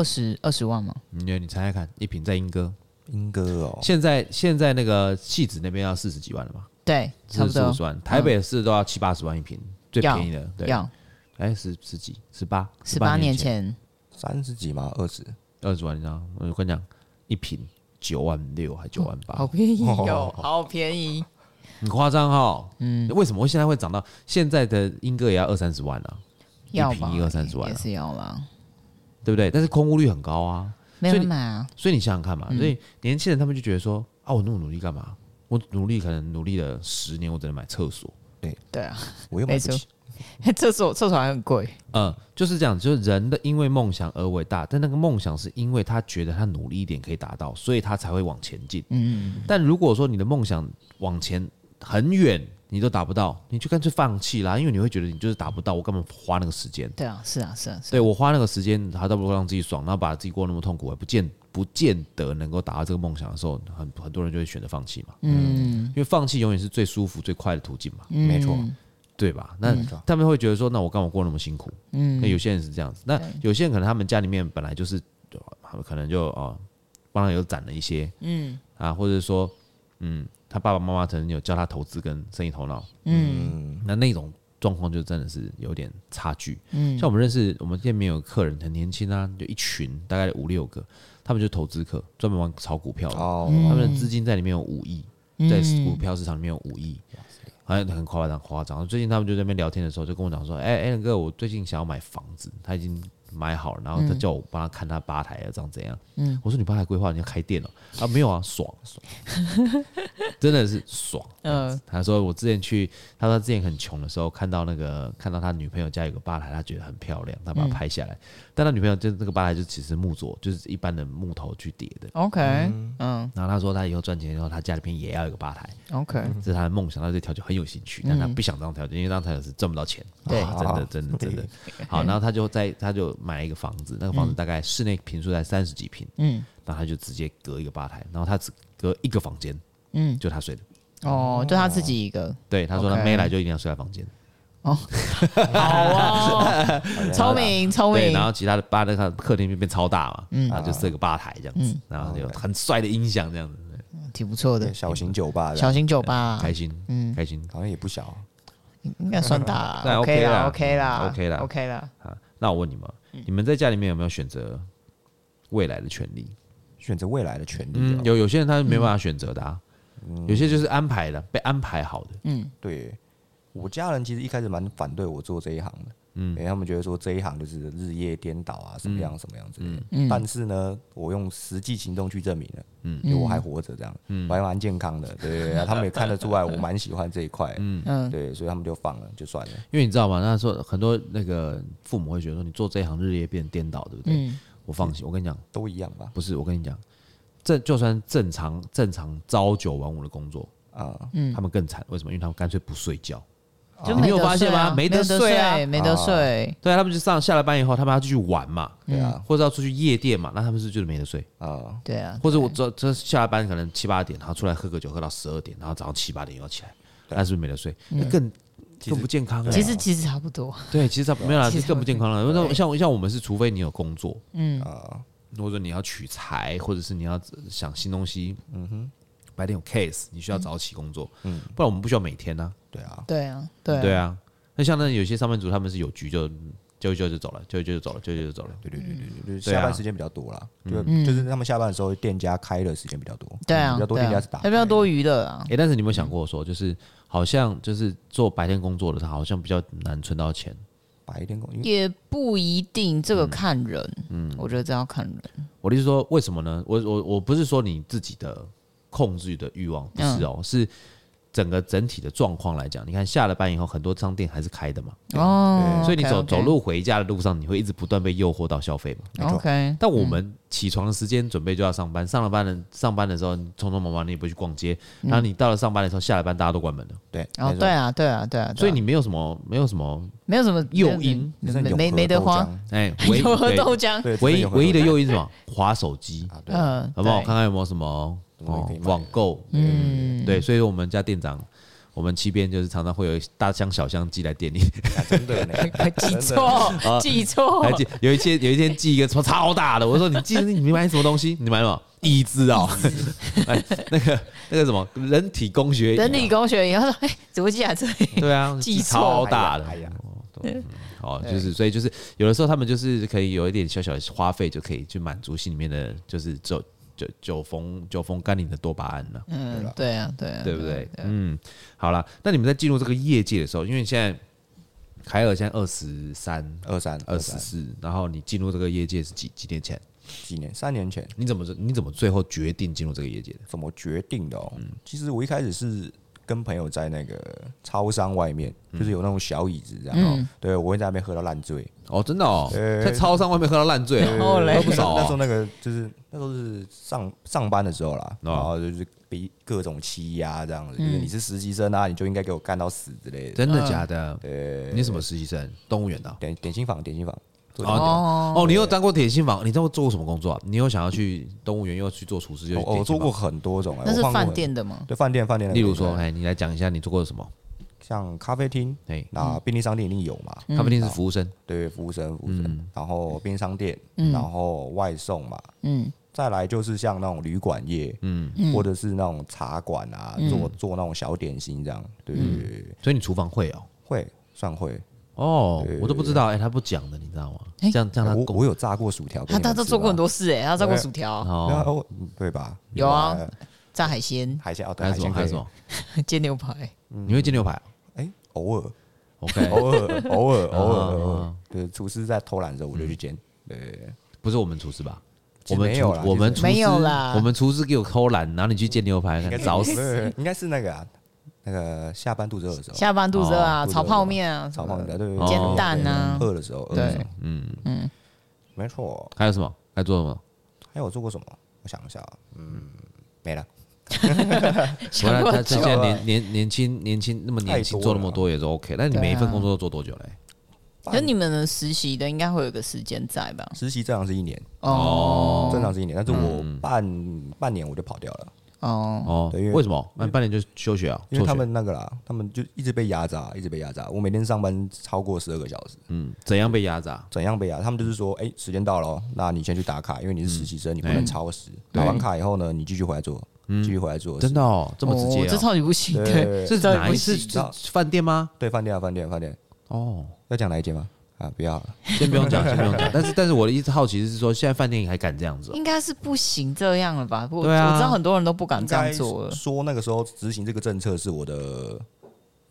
20万吗？ 你猜猜看，一坪在英歌哦， 现在那个汐止那边要40几万了嘛？ 对，差不多 40-50万，台北市都要70-80万一坪，最便宜的，对，18 年前 30几吗 ？20万，你知道？我跟你讲，一坪9.6万还9.8万， 好便宜哦，好便宜。 很夸张哈，为什么现在会涨到现在的英歌也要20-30万啊？ 要吧 ，20-30万也是要啦， 对不对？但是空屋率很高啊， 没人买啊。 所以你想想看嘛，所以年轻人他们就觉得说啊，我那么努力干嘛？我可能努力了10年，我只能买厕所。 对啊， 我又买不起。 厕所还很贵。 就是这样，就是人的因为梦想而伟大，但那个梦想是因为他觉得他努力一点可以达到，所以他才会往前进。但如果说你的梦想往前很远，你都达不到，你就干脆放弃啦，因为你会觉得你就是达不到，我干嘛花那个时间？ 对啊，是啊。 对，我花那个时间，还倒不如让自己爽，然后把自己过那么痛苦，还不见得能够达到这个梦想的时候，很多人就会选择放弃嘛。因为放弃永远是最舒服、最快的途径嘛。 没错。 对吧？那他们会觉得说，那我干嘛过那么辛苦？那有些人是这样子，那有些人可能他们家里面本来就是，可能就帮他有攒了一些，或者说，他爸爸妈妈可能有教他投资跟生意头脑，那种状况就真的是有点差距。像我们店里面有客人很年轻啊，就一群大概5-6个，他们就投资客，专门玩炒股票的，他们的资金在里面有5亿，在股票市场里面有5亿。很夸张。最近他们就在那边聊天的时候，就跟我讲说：“Alan哥，我最近想要买房子，他已经买好了，然后他叫我帮他看他吧台要长怎样。”我说：“你吧台规划你要开店了？”没有啊，爽，真的是爽。他说我之前他说他之前很穷的时候，看到他女朋友家有个吧台，他觉得很漂亮，他把它拍下来。但他女朋友就这个吧台就其实木做，就是一般的木头去叠的。 OK， 然后他说他以后赚钱以后，他家里边也要有个吧台。 OK， 这是他的梦想，他对调酒很有兴趣，但他不想当调酒，因为当调酒是赚不到钱。 对， 真的。好，然后他就买了一个房子，那个房子大概室内坪数在30几坪，然后他就直接隔一个吧台，然后他只隔一个房间，就他睡的。 就他自己一个。 对，他说他没来就一定要睡在房间。 好聪明。 对，然后其他的那个客厅就变超大嘛，然后就设个吧台这样子，然后有很帅的音响这样子， 挺不错的。 小型酒吧， 开心， 好像也不小， 应该算大了 ，OK 啦。 那我问你们，你们在家里面有没有选择未来的权利？ 选择未来的权利， 有些人他是没办法选择的啊，有些就是安排好的。 对。我家人其实一开始蛮反对我做这一行的， 他们觉得说这一行就是日夜颠倒啊，什么样什么样之类的。但是呢，我用实际行动去证明了，因为我还活着，这样，我还蛮健康的，对，他们也看得出来我蛮喜欢这一块，对，所以他们就放了，就算了。 因为你知道吗？那时候很多那个父母会觉得说，你做这一行日夜变颠倒，对不对？我放心，我跟你讲， 都一样吧？ 不是，我跟你讲，就算正常朝9晚5的工作啊，他们更惨，为什么？因为他们干脆不睡觉。 就你没有发现吗？没得睡啊， 没得睡。 对啊，他们就下了班以后，他们要继续玩嘛， 对啊， 或者要出去夜店嘛，那他们是就是没得睡啊，对啊。 或者我这下了班可能7、8点，然后出来喝个酒，喝到12点，然后早上7、8点又要起来，那是不是没得睡？更不健康。 其实差不多。 对，其实没有啦，更不健康了。像我们是，除非你有工作，或者说你要取材，或者是你要想新东西，白天有 case， 你需要早起工作，不然我们不需要每天啊。 对啊。 那像有些上班族，他们是有局就走了，就走了。 对，下班时间比较多啦，就是他们下班的时候，店家开的时间比较多。对啊，比较多店家是打开， 比较多娱乐啊。 但是你有没有想过说，就是好像就是做白天工作的，他好像比较难存到钱。 白天工也不一定，这个看人。我觉得这要看人。 我的意思说，为什么呢？我不是说你自己的控制的欲望，不是哦，是整体的状况来讲，你看下了班以后，很多商店还是开的嘛。所以你走路回家的路上，你会一直不断被诱惑到消费嘛。 OK。 但我们起床的时间准备就要上班，上班的时候，你匆匆忙忙，你也不去逛街，然后你到了上班的时候，下了班大家都关门了。 对。 对啊。 所以你没有什么诱因， 没得花。永和豆浆。 唯一的诱因是什么？滑手机。好不好？看看有没有什么网购。对，所以我们家店长，我们7边就是常常会有大箱小箱寄来店里。 真的呢， 记错。 有一天寄一个超大的，我说你买什么东西？你买什么？椅子哦。那个什么人体工学椅。 他说怎么寄来这里？ 对啊， 寄错超大的。就是所以就是有的时候他们就是可以有一点小小的花费，就可以去满足心里面的，就是酒逢甘霖的多巴胺了。 对啊， 对不对？好了，那你们在进入这个业界的时候，因为现在凯尔现在23、24，然后你进入这个业界是几年前？ 几年？3年前。 你怎么最后决定进入这个业界的？ 怎么决定的？其实我一开始是跟朋友在那个超商外面，就是有那种小椅子这样。对，我会在那边喝到烂醉。 真的哦，在超商外面喝到烂醉，喝不少。 那时候那时候是上班的时候啦，然后就是被各种欺压这样子，就是你是实习生啊，你就应该给我干到死之类的。 真的假的？你什么实习生？动物园的？ 点心房。 你有当过点心房？你做过什么工作啊？你有想要去动物园，又去做厨师？ 我做过很多种。 那是饭店的吗？ 对，饭店。 例如说，你来讲一下你做过什么？ 像咖啡厅，那便利商店一定有嘛？ 咖啡厅是服务生， 对，服务生。然后便利商店，然后外送嘛，再来就是像那种旅馆业，或者是那种茶馆啊，做那种小点心这样，对。 所以你厨房会哦？ 会，算会。 我都不知道，他不讲的，你知道吗？这样他我有炸过薯条， 他都做过很多事，他炸过薯条， 对吧？ 有啊，炸海鲜， 还有什么？ 煎牛排， 你会煎牛排？ 偶尔 ，OK， 偶尔，对，厨师在偷懒的时候我就去煎，对， 不是我们厨师吧？ 我们没有啦， 我们厨师给我偷懒，然后你去煎牛排，找死！ 应该是那个下班肚子饿的时候， 下班肚子饿啊，炒泡面啊， 对， 煎蛋啊， 饿的时候， 对， 没错。 还有什么？还做什么？ 还有做过什么？我想一下，没了。 他现在年轻那么年轻，做那么多也是 OK。但你每一份工作都做多久嘞？ 可你们的实习的应该会有个时间在吧？ 实习正常是1年正常是1年，但是我半年我就跑掉了。 对，为什么？半年就休学啊？ 因为他们他们就一直被压榨，我每天上班超过12个小时。 怎样被压榨？ 他们就是说，时间到了，那你先去打卡，因为你是实习生，你不能超时。打完卡以后呢，你继续回来做。 真的哦，这么直接？ 这超级不行的。 是哪一次？饭店吗？ 对，饭店。要讲哪一间吗？不要了， 先不用讲。但是我的一直好奇是说，现在饭店还敢这样子？ 应该是不行这样了吧？我知道很多人都不敢这样做了。 说那个时候执行这个政策是我的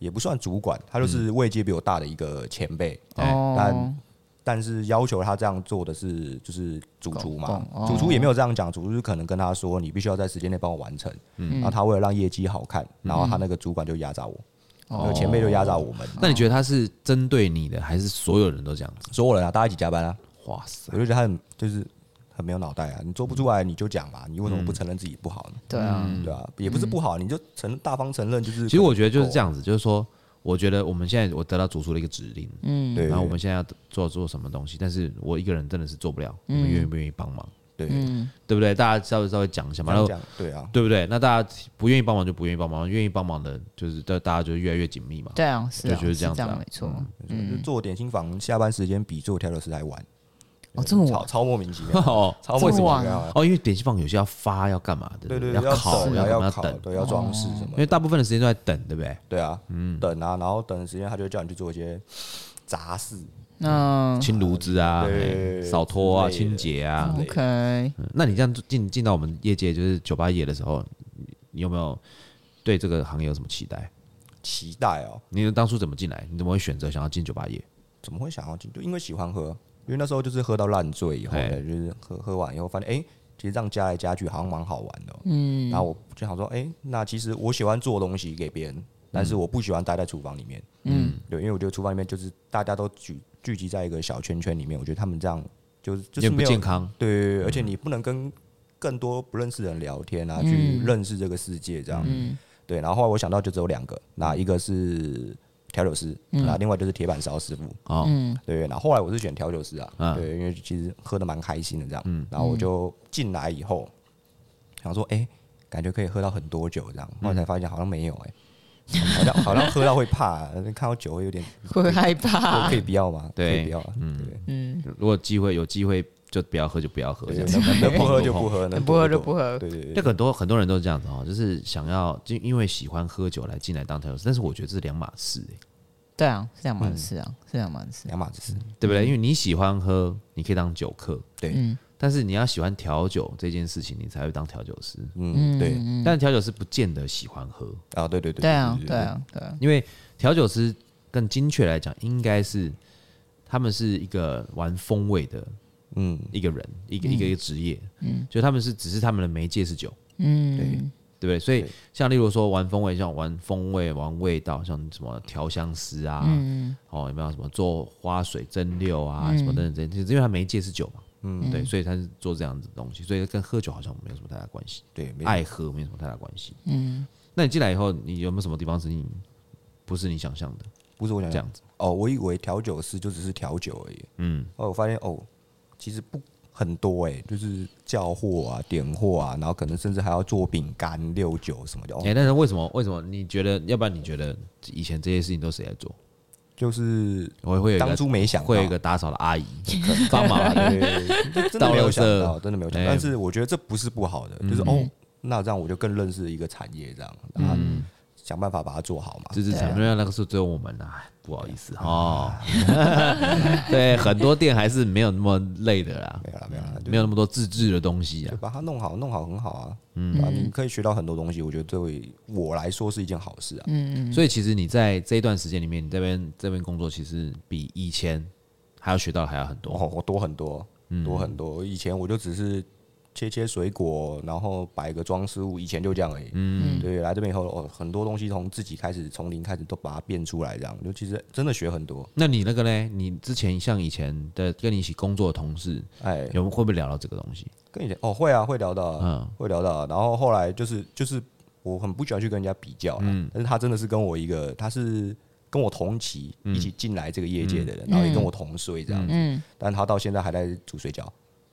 也不算主管，他就是位阶比我大的一个前辈，但是要求他这样做的是就是主厨嘛，主厨也没有这样讲，主厨可能跟他说你必须要在时间内帮我完成，然后他为了让业绩好看，然后他那个主管就压榨我，前辈就压榨我们。 那你觉得他是针对你的，还是所有人都这样子？ 所有人啊，大家一起加班啊。 哇塞， 我就觉得他就是很没有脑袋啊！你做不出来你就讲嘛，你为什么不承认自己不好呢？ 对啊， 对啊，也不是不好，你就大方承认就是。 其实我觉得就是这样子，就是说。我觉得我们现在我得到主厨的一个指令， 对， 然后我们现在要做什么东西，但是我一个人真的是做不了，你们愿不愿意帮忙？ 对， 对不对？大家稍微讲一下嘛， 对啊， 对不对？那大家不愿意帮忙就不愿意帮忙，愿意帮忙的就是大家就越来越紧密嘛。 对啊，是啊， 就是这样子， 没错。 做点心房下班时间比做调酒师还晚。 哦，这么晚， 超莫名其妙哦，超莫名其妙哦，因为点心房有些要发要干嘛的， 对， 要烤要等， 对，要装饰什么， 因为大部分的时间都在等，对不对？ 对啊，等啊，然后等的时间他就叫你去做一些杂事， 清炉子啊，扫拖啊，清洁啊。 OK， 那你这样进到我们业界，就是酒吧业的时候，你有没有对这个行业有什么期待？ 期待哦， 你当初怎么进来？你怎么会选择想要进酒吧业？ 怎么会想要进？就因为喜欢喝。因为那时候就是喝到烂醉以后呢，就是喝完以后发现，其实这样加来加去好像蛮好玩的。然后我就想说，那其实我喜欢做东西给别人，但是我不喜欢待在厨房里面。对，因为我觉得厨房里面就是大家都聚集在一个小圈圈里面，我觉得他们这样就是不健康。 对，而且你不能跟更多不认识的人聊天啊，去认识这个世界这样。对，然后后来我想到就只有2个，那一个是调酒师，那另外就是铁板烧师傅。对，然后后来我是选调酒师啊，对，因为其实喝得蛮开心的这样。然后我就进来以后，想说，感觉可以喝到很多酒这样，后来才发现好像没有，好像喝到会怕，看到酒会有点会害怕。 可以不要吗？ 对， 可以不要。 如果有机会就不要喝就不要喝， 能不喝就不喝， 能不喝就不喝。 对， 那很多人都是这样子哦，就是想要就因为喜欢喝酒来进来当调酒师，但是我觉得这是两码事。 对啊，是两码事啊，是两码事， 对不对？因为你喜欢喝，你可以当酒客， 对， 但是你要喜欢调酒这件事情，你才会当调酒师， 对。 但调酒师不见得喜欢喝啊，对， 对啊， 因为调酒师更精确来讲，应该是他们是一个玩风味的，一个人，一个职业，就他们只是他们的媒介是酒，对不对？所以像例如说玩风味，像玩风味、玩味道，像什么调香师啊，有没有什么做花水蒸馏啊，什么等等，因为他媒介是酒嘛，对，所以他是做这样子的东西，所以跟喝酒好像没有什么太大关系， 对， 爱喝没有什么太大关系。那你进来以后，你有没有什么地方是你不是你想象的？ 不是我想这样子我以为调酒师就只是调酒而已，我发现其实不。很多就是叫货啊、点货啊，然后可能甚至还要做饼干、6酒什么的。 但是为什么你觉得？要不然你觉得以前这些事情都谁在做？ 就是会有当初没想到， 会有一个打扫的阿姨帮忙， 真的没有想到，真的没有想到。但是我觉得这不是不好的，就是那这样我就更认识一个产业，这样，想办法把它做好嘛。 自产，因为那个时候只有我们啊，不好意思哦。对，很多店还是没有那么累的啦，没有那么多自制的东西啊。 把它弄好很好啊。你可以学到很多东西，我觉得对我来说是一件好事啊。 所以其实你在这一段时间里面，你这边工作，其实比以前还要学到还要很多， 多很多，多很多。以前我就只是切水果，然后摆个裝饰物，以前就这样而已。对，来这边以后，很多东西从自己开始，从零开始都把它变出来，这样就其实真的学很多。 那你那个呢？你之前像以前的跟你一起工作的同事，会不会聊到这个东西？ 跟以前会啊，会聊到，会聊到。然后后来就是我很不喜欢去跟人家比较，但是他真的是跟我他是跟我同期一起进来这个业界的人，然后也跟我同岁这样子。但他到现在还在煮水饺。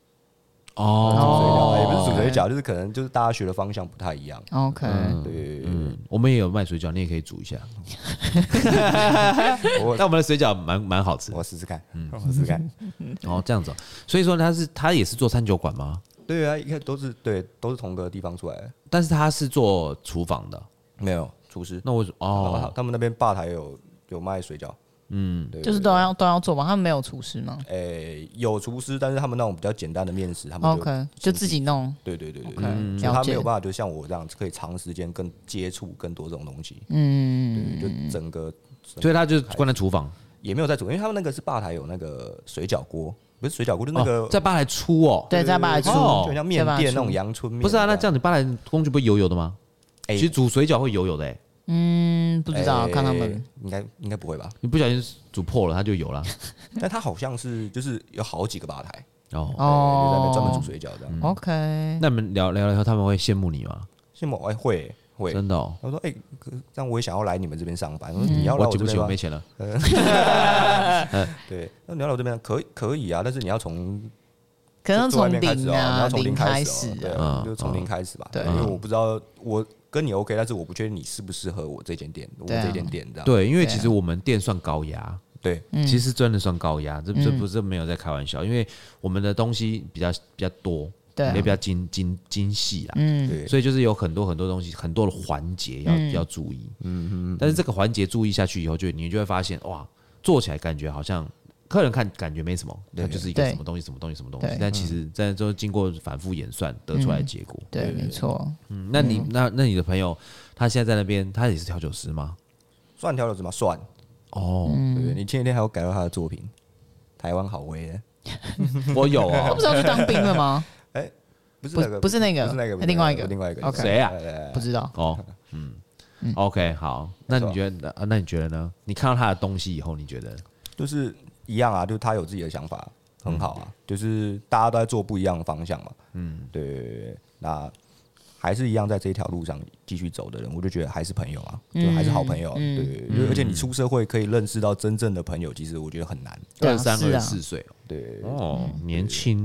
也不是煮水饺，就是可能就是大家学的方向不太一样。 OK， 对， 我们也有卖水饺，你也可以煮一下。但我们的水饺蛮好吃， 我试试看，我试试看。 这样子，所以说他也是做餐酒馆吗？ 对啊，一看都是同个地方出来的。 但是他是做厨房的， 没有厨师。 那为什么？ 他们那边吧台有卖水饺。 对， 就是都要做嘛。他们没有厨师吗？ 有厨师，但是他们那种比较简单的面食，他们 OK 就自己弄。 对，所以了解他没有办法，就像我这样可以长时间更接触更多这种东西。对，就整个， 所以他就关在厨房， 也没有在煮，因为他们那个是吧台有那个水饺锅。不是水饺锅，就是那个在吧台出哦， 对，在吧台出， 就像面店那种阳春面。 不是啊，那这样你吧台工具不会油油的吗？其实煮水饺会油油的不知道，看他们应该不会吧？ 你不小心煮破了，它就油了。 但它好像是就是有好几个吧台哦， 就在那边专门煮水饺这样。 OK， 那你们聊以后，他们会羡慕你吗？ 羡慕会。 真的哦。 他说：“这样我也想要来你们这边上班。”我说：“你要来我这边吗？” 我没钱了。 对，那你要来我这边可以啊，但是你要从零啊， 你要从零开始， 对，就从零开始吧。 对， 因为我不知道我跟你 OK，但是我不确定你适不适合我这间店，我这间店这样。 对，因为其实我们店算高压。 对， 其实真的算高压，这不是没有在开玩笑，因为我们的东西比较多。也比较精细啦，对，所以就是有很多东西，很多的环节要注意，但是这个环节注意下去以后，你就会发现，哇，做起来感觉好像客人感觉没什么，它就是一个什么东西，但其实在都经过反复演算得出来的结果， 对，没错。 那你的朋友他现在在那边，他也是调酒师吗？ 算调酒师吗？算。哦，对，你前几天还有改到他的作品《台湾好威》的， 我有哦， 他不是要去当兵了吗？ 不是那个， 另外一个谁啊？ 不知道。 哦，OK， 好，那你觉得呢？你看到他的东西以后，你觉得就是一样啊？就是他有自己的想法，很好啊。就是大家都在做不一样的方向嘛。对，那还是一样在这条路上继续走的人，我就觉得还是朋友啊，就还是好朋友。对，而且你出社会可以认识到真正的朋友，其实我觉得很难。 23、24岁， 对， 年轻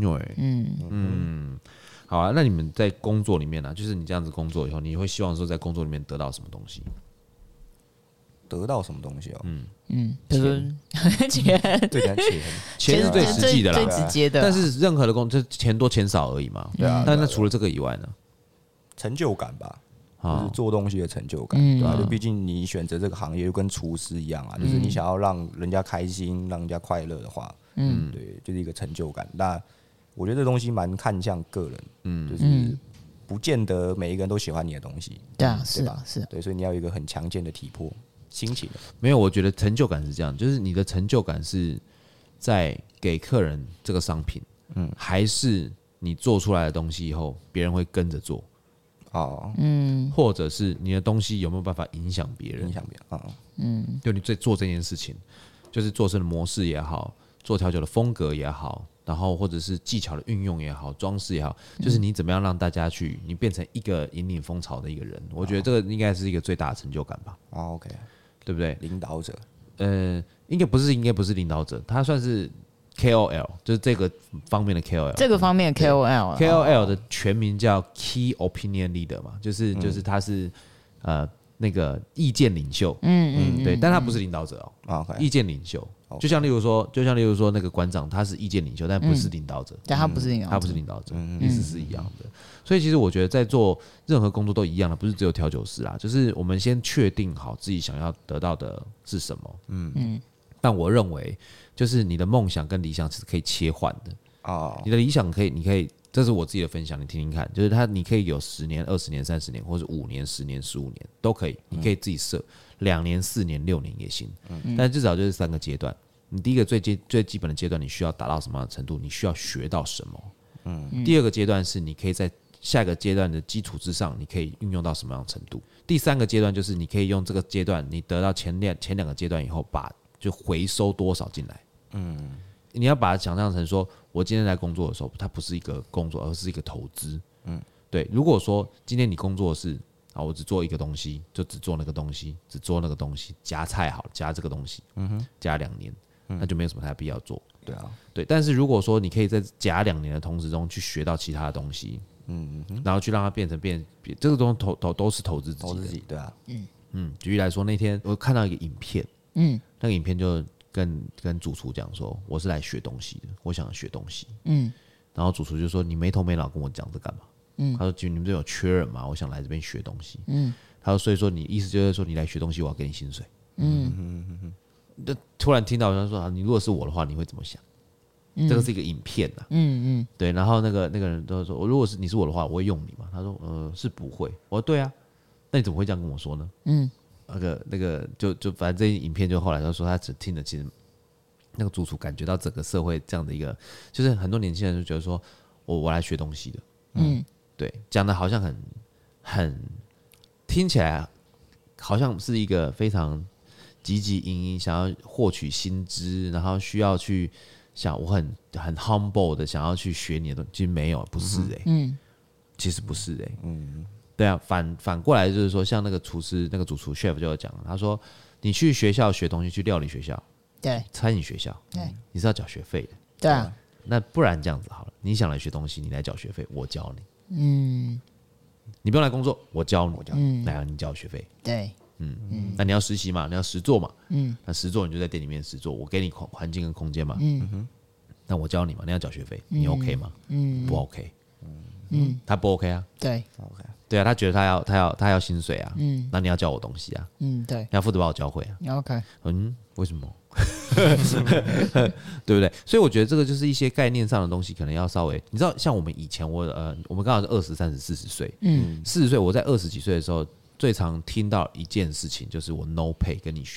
好啊，那你们在工作里面呢，就是你这样子工作以后，你会希望说在工作里面得到什么东西？ 得到什么东西哦？ 就是钱， 钱是最实际的啦， 最直接的。 但是任何的工，就钱多钱少而已嘛。对啊。那除了这个以外呢？ 成就感吧，就是做东西的成就感。对啊，就毕竟你选择这个行业就跟厨师一样啊，就是你想要让人家开心、让人家快乐的话，对，就是一个成就感。那我觉得这东西蛮看向个人，就是不见得每一个人都喜欢你的东西， 对啊，是吧？是， 对，所以你要有一个很强健的体魄、心情。 没有，我觉得成就感是这样，就是你的成就感是在给客人这个商品，还是你做出来的东西以后，别人会跟着做，或者是你的东西有没有办法影响别人？就你做这件事情，就是做成的模式也好，做调酒的风格也好。然后或者是技巧的运用也好，装饰也好，就是你怎么样让大家你变成一个引领风潮的一个人，我觉得这个应该是一个最大的成就感吧。 OK， 对不对？ 领导者， 应该不是领导者，他算是 KOL， 就是这个方面的 KOL。 这个方面的 KOL 的全名叫 Key Opinion Leader 嘛，就是他是那个意见领袖，对，但他不是领导者哦，意见领袖。就像例如说那个馆长，他是意见领袖，但不是领导者。 对，他不是领导者，意思是一样的。所以其实我觉得在做任何工作都一样的，不是只有调酒师啦，就是我们先确定好自己想要得到的是什么。但我认为，就是你的梦想跟理想是可以切换的。你的理想你可以，这是我自己的分享，你听听看。就是你可以有10年、20年、30年，或者5年、10年、15年都可以。你可以自己设2年、4年、6年也行。但至少就是3个阶段。你第一个最基本的阶段，你需要达到什么样的程度？你需要学到什么？第二个阶段是你可以在下一个阶段的基础之上，你可以运用到什么样的程度？第3个阶段就是你可以用这个阶段，你得到前2个阶段以后，就回收多少进来。你要把它想象成说，我今天来工作的时候，它不是一个工作，而是一个投资。对。如果说今天你工作的是我只做一个东西，就只做那个东西，只做那个东西，夹菜好，夹这个东西，夹2年。那就没有什么太必要做， 对啊， 对。但是如果说你可以在夹2年的同时中去学到其他的东西，然后去让它变这个东西都是投资自己的， 对啊， 举例来说，那天我看到一个影片，那个影片就跟主厨讲说，我是来学东西的，我想学东西，然后主厨就说你没头没脑跟我讲这干嘛？他说你们这有缺人嘛，我想来这边学东西，他说所以说你意思就是说你来学东西，我要给你薪水， 就突然听到他说你如果是我的话，你会怎么想？这个是一个影片呐，对，然后那个人都说，如果是你是我的话，我会用你吗？他说，是不会。我说对啊，那你怎么会这样跟我说呢？那个就反正这影片就后来他说他只听了，其实那个主厨感觉到整个社会这样的一个，就是很多年轻人就觉得说我来学东西的，对，讲的好像很听起来好像是一个非常汲汲营营想要获取新知，然后需要去。想我很 humble 的想要去学你的东西，其实没有，不是其实不是对啊，反过来就是说，像那个厨师那个主厨 chef 就有讲，他说你去学校学东西，去料理学校， 对， 餐饮学校， 对， 你是要缴学费的， 对啊， 那不然这样子好了，你想来学东西，你来缴学费，我教你，你不用来工作，我教你，来你交学费， 对。 那你要实习嘛，你要实做嘛，那实做你就在店里面实做，我给你环境跟空间嘛，那我教你嘛，你要缴学费，你 OK 吗？不 OK，他不 OK 啊， 对， 对啊，他觉得他要薪水啊，那你要教我东西啊， 对， 你要负责把我教会啊 ，OK， 为什么？对不对？所以我觉得这个就是一些概念上的东西，可能要稍微，你知道，像我们以前我们刚好是20、30、40岁，40岁，我在20几岁的时候。最常听到一件事情就是我 no pay 跟你学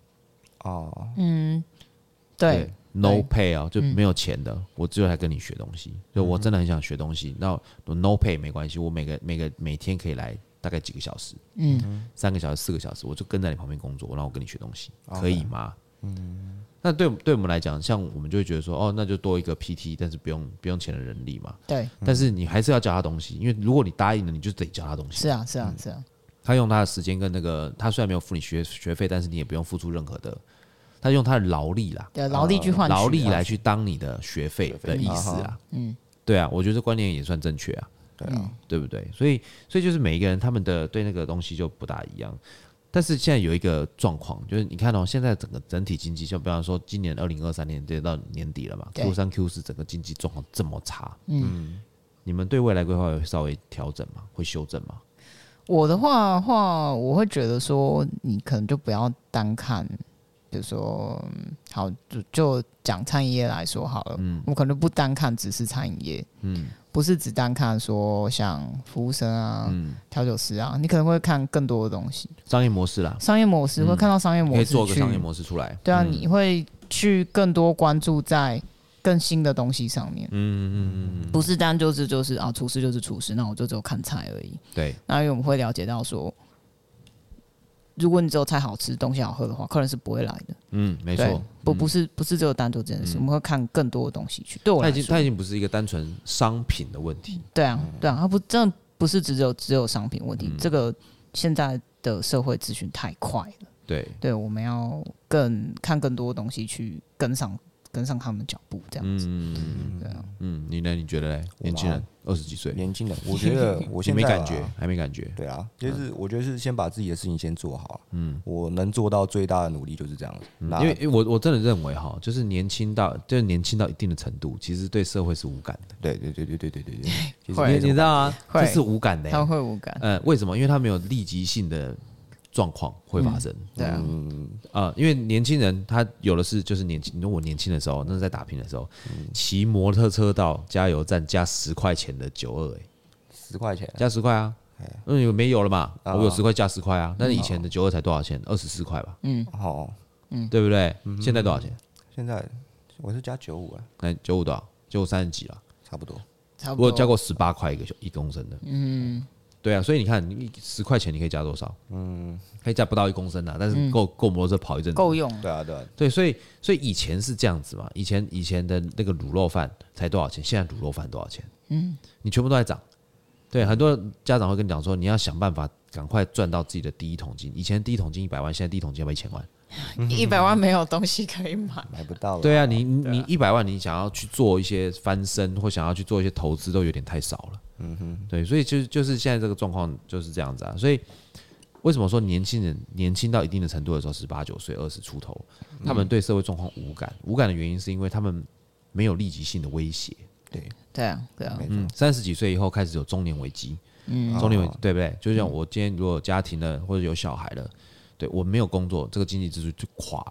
对 no pay 就没有钱的，我只有来跟你学东西，就我真的很想学东西，那 no pay 没关系，我每天可以来大概几个小时，3个小时4个小时，我就跟在你旁边工作，然后我跟你学东西，可以吗？那对我们来讲，像我们就会觉得说，那就多一个 PT， 但是不用钱的人力嘛， 对， 但是你还是要教他东西，因为如果你答应了，你就得教他东西， 是啊。 他用他的时间跟他虽然没有付你学费，但是你也不用付出任何的，他用他的劳力啦， 对，劳力去换取劳力来去当你的学费的意思啊，对啊，我觉得这观念也算正确啊，对不对？所以就是每一个人他们的对那个东西就不大一样，但是现在有一个状况，就是你看现在整体经济，就比方说今年2023年这到年底了嘛 ，Q3、Q4 整个经济状况这么差，你们对未来规划有稍微调整吗？会修正吗？ 我的话，我会觉得说，你可能就不要单看，比如说，好，就讲餐饮业来说好了，我可能不单看只是餐饮业，不是只单看说像服务生啊、调酒师啊，你可能会看更多的东西， 商业模式啦， 商业模式会看到商业模式， 可以做个商业模式出来， 对啊，你会去更多关注在。更新的东西上面，不是单就是厨师就是厨师，那我就只有看菜而已。 对， 那因为我们会了解到说，如果你只有菜好吃、东西好喝的话，客人是不会来的。 没错， 不是只有单做这件事，我们会看更多的东西去。对我来说， 它已经不是一个单纯商品的问题。 对啊，它真的不是只有商品问题。这个现在的社会资讯太快了，对，我们要看更多的东西去跟上他们的脚步，这样子。对啊。 你呢？你觉得嘞？年轻人20几岁， 年轻人，我觉得我现在还没感觉。 对啊，就是我觉得是先把自己的事情先做好。我能做到最大的努力就是这样子。 因为我真的认为就是年轻到一定的程度，其实对社会是无感的。 对。 你知道吗？这是无感的。 他会无感。 为什么？因为他没有立即性的状况会发生。 对啊。 因为年轻人他有的是就是如果我年轻的时候，那是在打拼的时候，骑摩托车到加油站加10块钱的92 ，10块钱加10块啊，因为没油了嘛，我有10块加10块啊，但是以前的92才多少钱？24块吧，对不对？现在多少钱？ 现在我是加95啊， 那95多少？95 30几了， 差不多。 我有加过18块1公升的，对啊，所以你看，你10块钱你可以加多少？可以加不到1公升啊，但是够摩托车跑一阵子， 够用。 对，所以以前是这样子嘛，以前的那个卤肉饭才多少钱？现在卤肉饭多少钱？你全部都在涨。对，很多家长会跟你讲说，你要想办法赶快赚到自己的第一桶金。以前第一桶金100万，现在第一桶金要1000万。 100万没有东西可以买不到了。 对啊，你100万，你想要去做一些翻身或想要去做一些投资，都有点太少了。对，所以就是现在这个状况就是这样子啊。所以为什么说年轻人年轻到一定的程度的时候，18、19岁、20出头，他们对社会状况无感？无感的原因是因为他们没有立即性的威胁。 对啊 ，30几岁以后开始有中年危机。中年危机对不对？就像我今天如果有家庭了或者有小孩了，对我没有工作，这个经济支柱就垮了。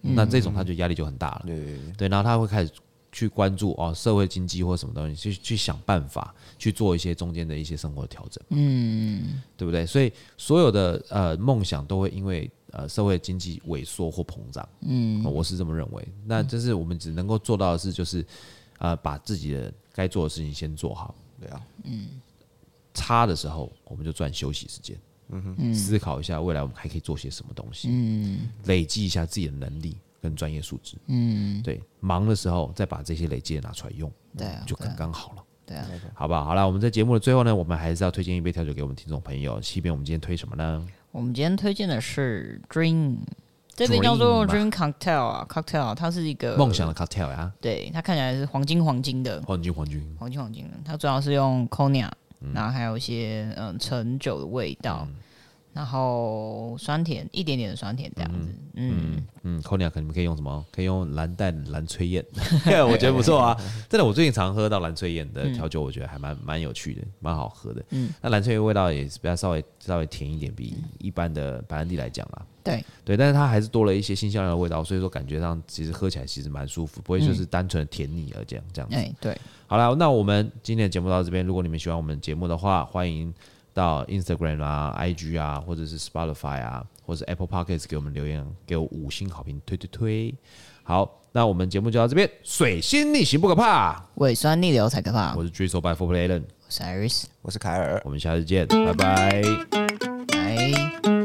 那这种他就压力就很大了。对，然后他会开始去关注社会经济或什么东西，去想办法去做一些中间的一些生活的调整，对不对？所以所有的梦想都会因为社会经济萎缩或膨胀，我是这么认为。那就是我们只能够做到的是，就是把自己的该做的事情先做好，对啊，差的时候我们就赚休息时间，思考一下未来我们还可以做些什么东西，累积一下自己的能力跟专业素质，对，忙的时候再把这些累积的拿出来用，对啊，就刚刚好了。对啊，好不好？好了，我们在节目的最后呢，我们还是要推荐一杯调酒给我们听众朋友。西边我们今天推什么呢？ 我们今天推荐的是 Dream， 这杯叫做 Dream Cocktail 啊 ，Cocktail 它是一个梦想的 Cocktail 啊。 对，它看起来是黄金的，黄金的。它主要是用 Cognac，然后还有一些橙酒的味道。然后酸甜一点点的酸甜这样子 ，Cognac 你们可以用什么？可以用蓝带蓝吹燕，我觉得不错啊。真的，我最近常喝到蓝吹燕的调酒，我觉得还蛮有趣的，蛮好喝的。那蓝吹燕味道也是比较稍微甜一点，比一般的白兰地来讲啦。对，但是它还是多了一些新香料的味道，所以说感觉上其实喝起来其实蛮舒服，不会就是单纯的甜腻而这样子。 对， 好了，那我们今天的节目到这边。如果你们喜欢我们节目的话，欢迎到 Instagram 啊、IG 啊，或者是 Spotify 啊，或者是 Apple Podcast 给我们留言，给我5星好评，推。好，那我们节目就到这边。水星逆行不可怕， 胃酸逆流才可怕。 我是 Drizzle by 4Play Allen， 我是 Iris， 我是凯尔， 我们下次见，拜拜。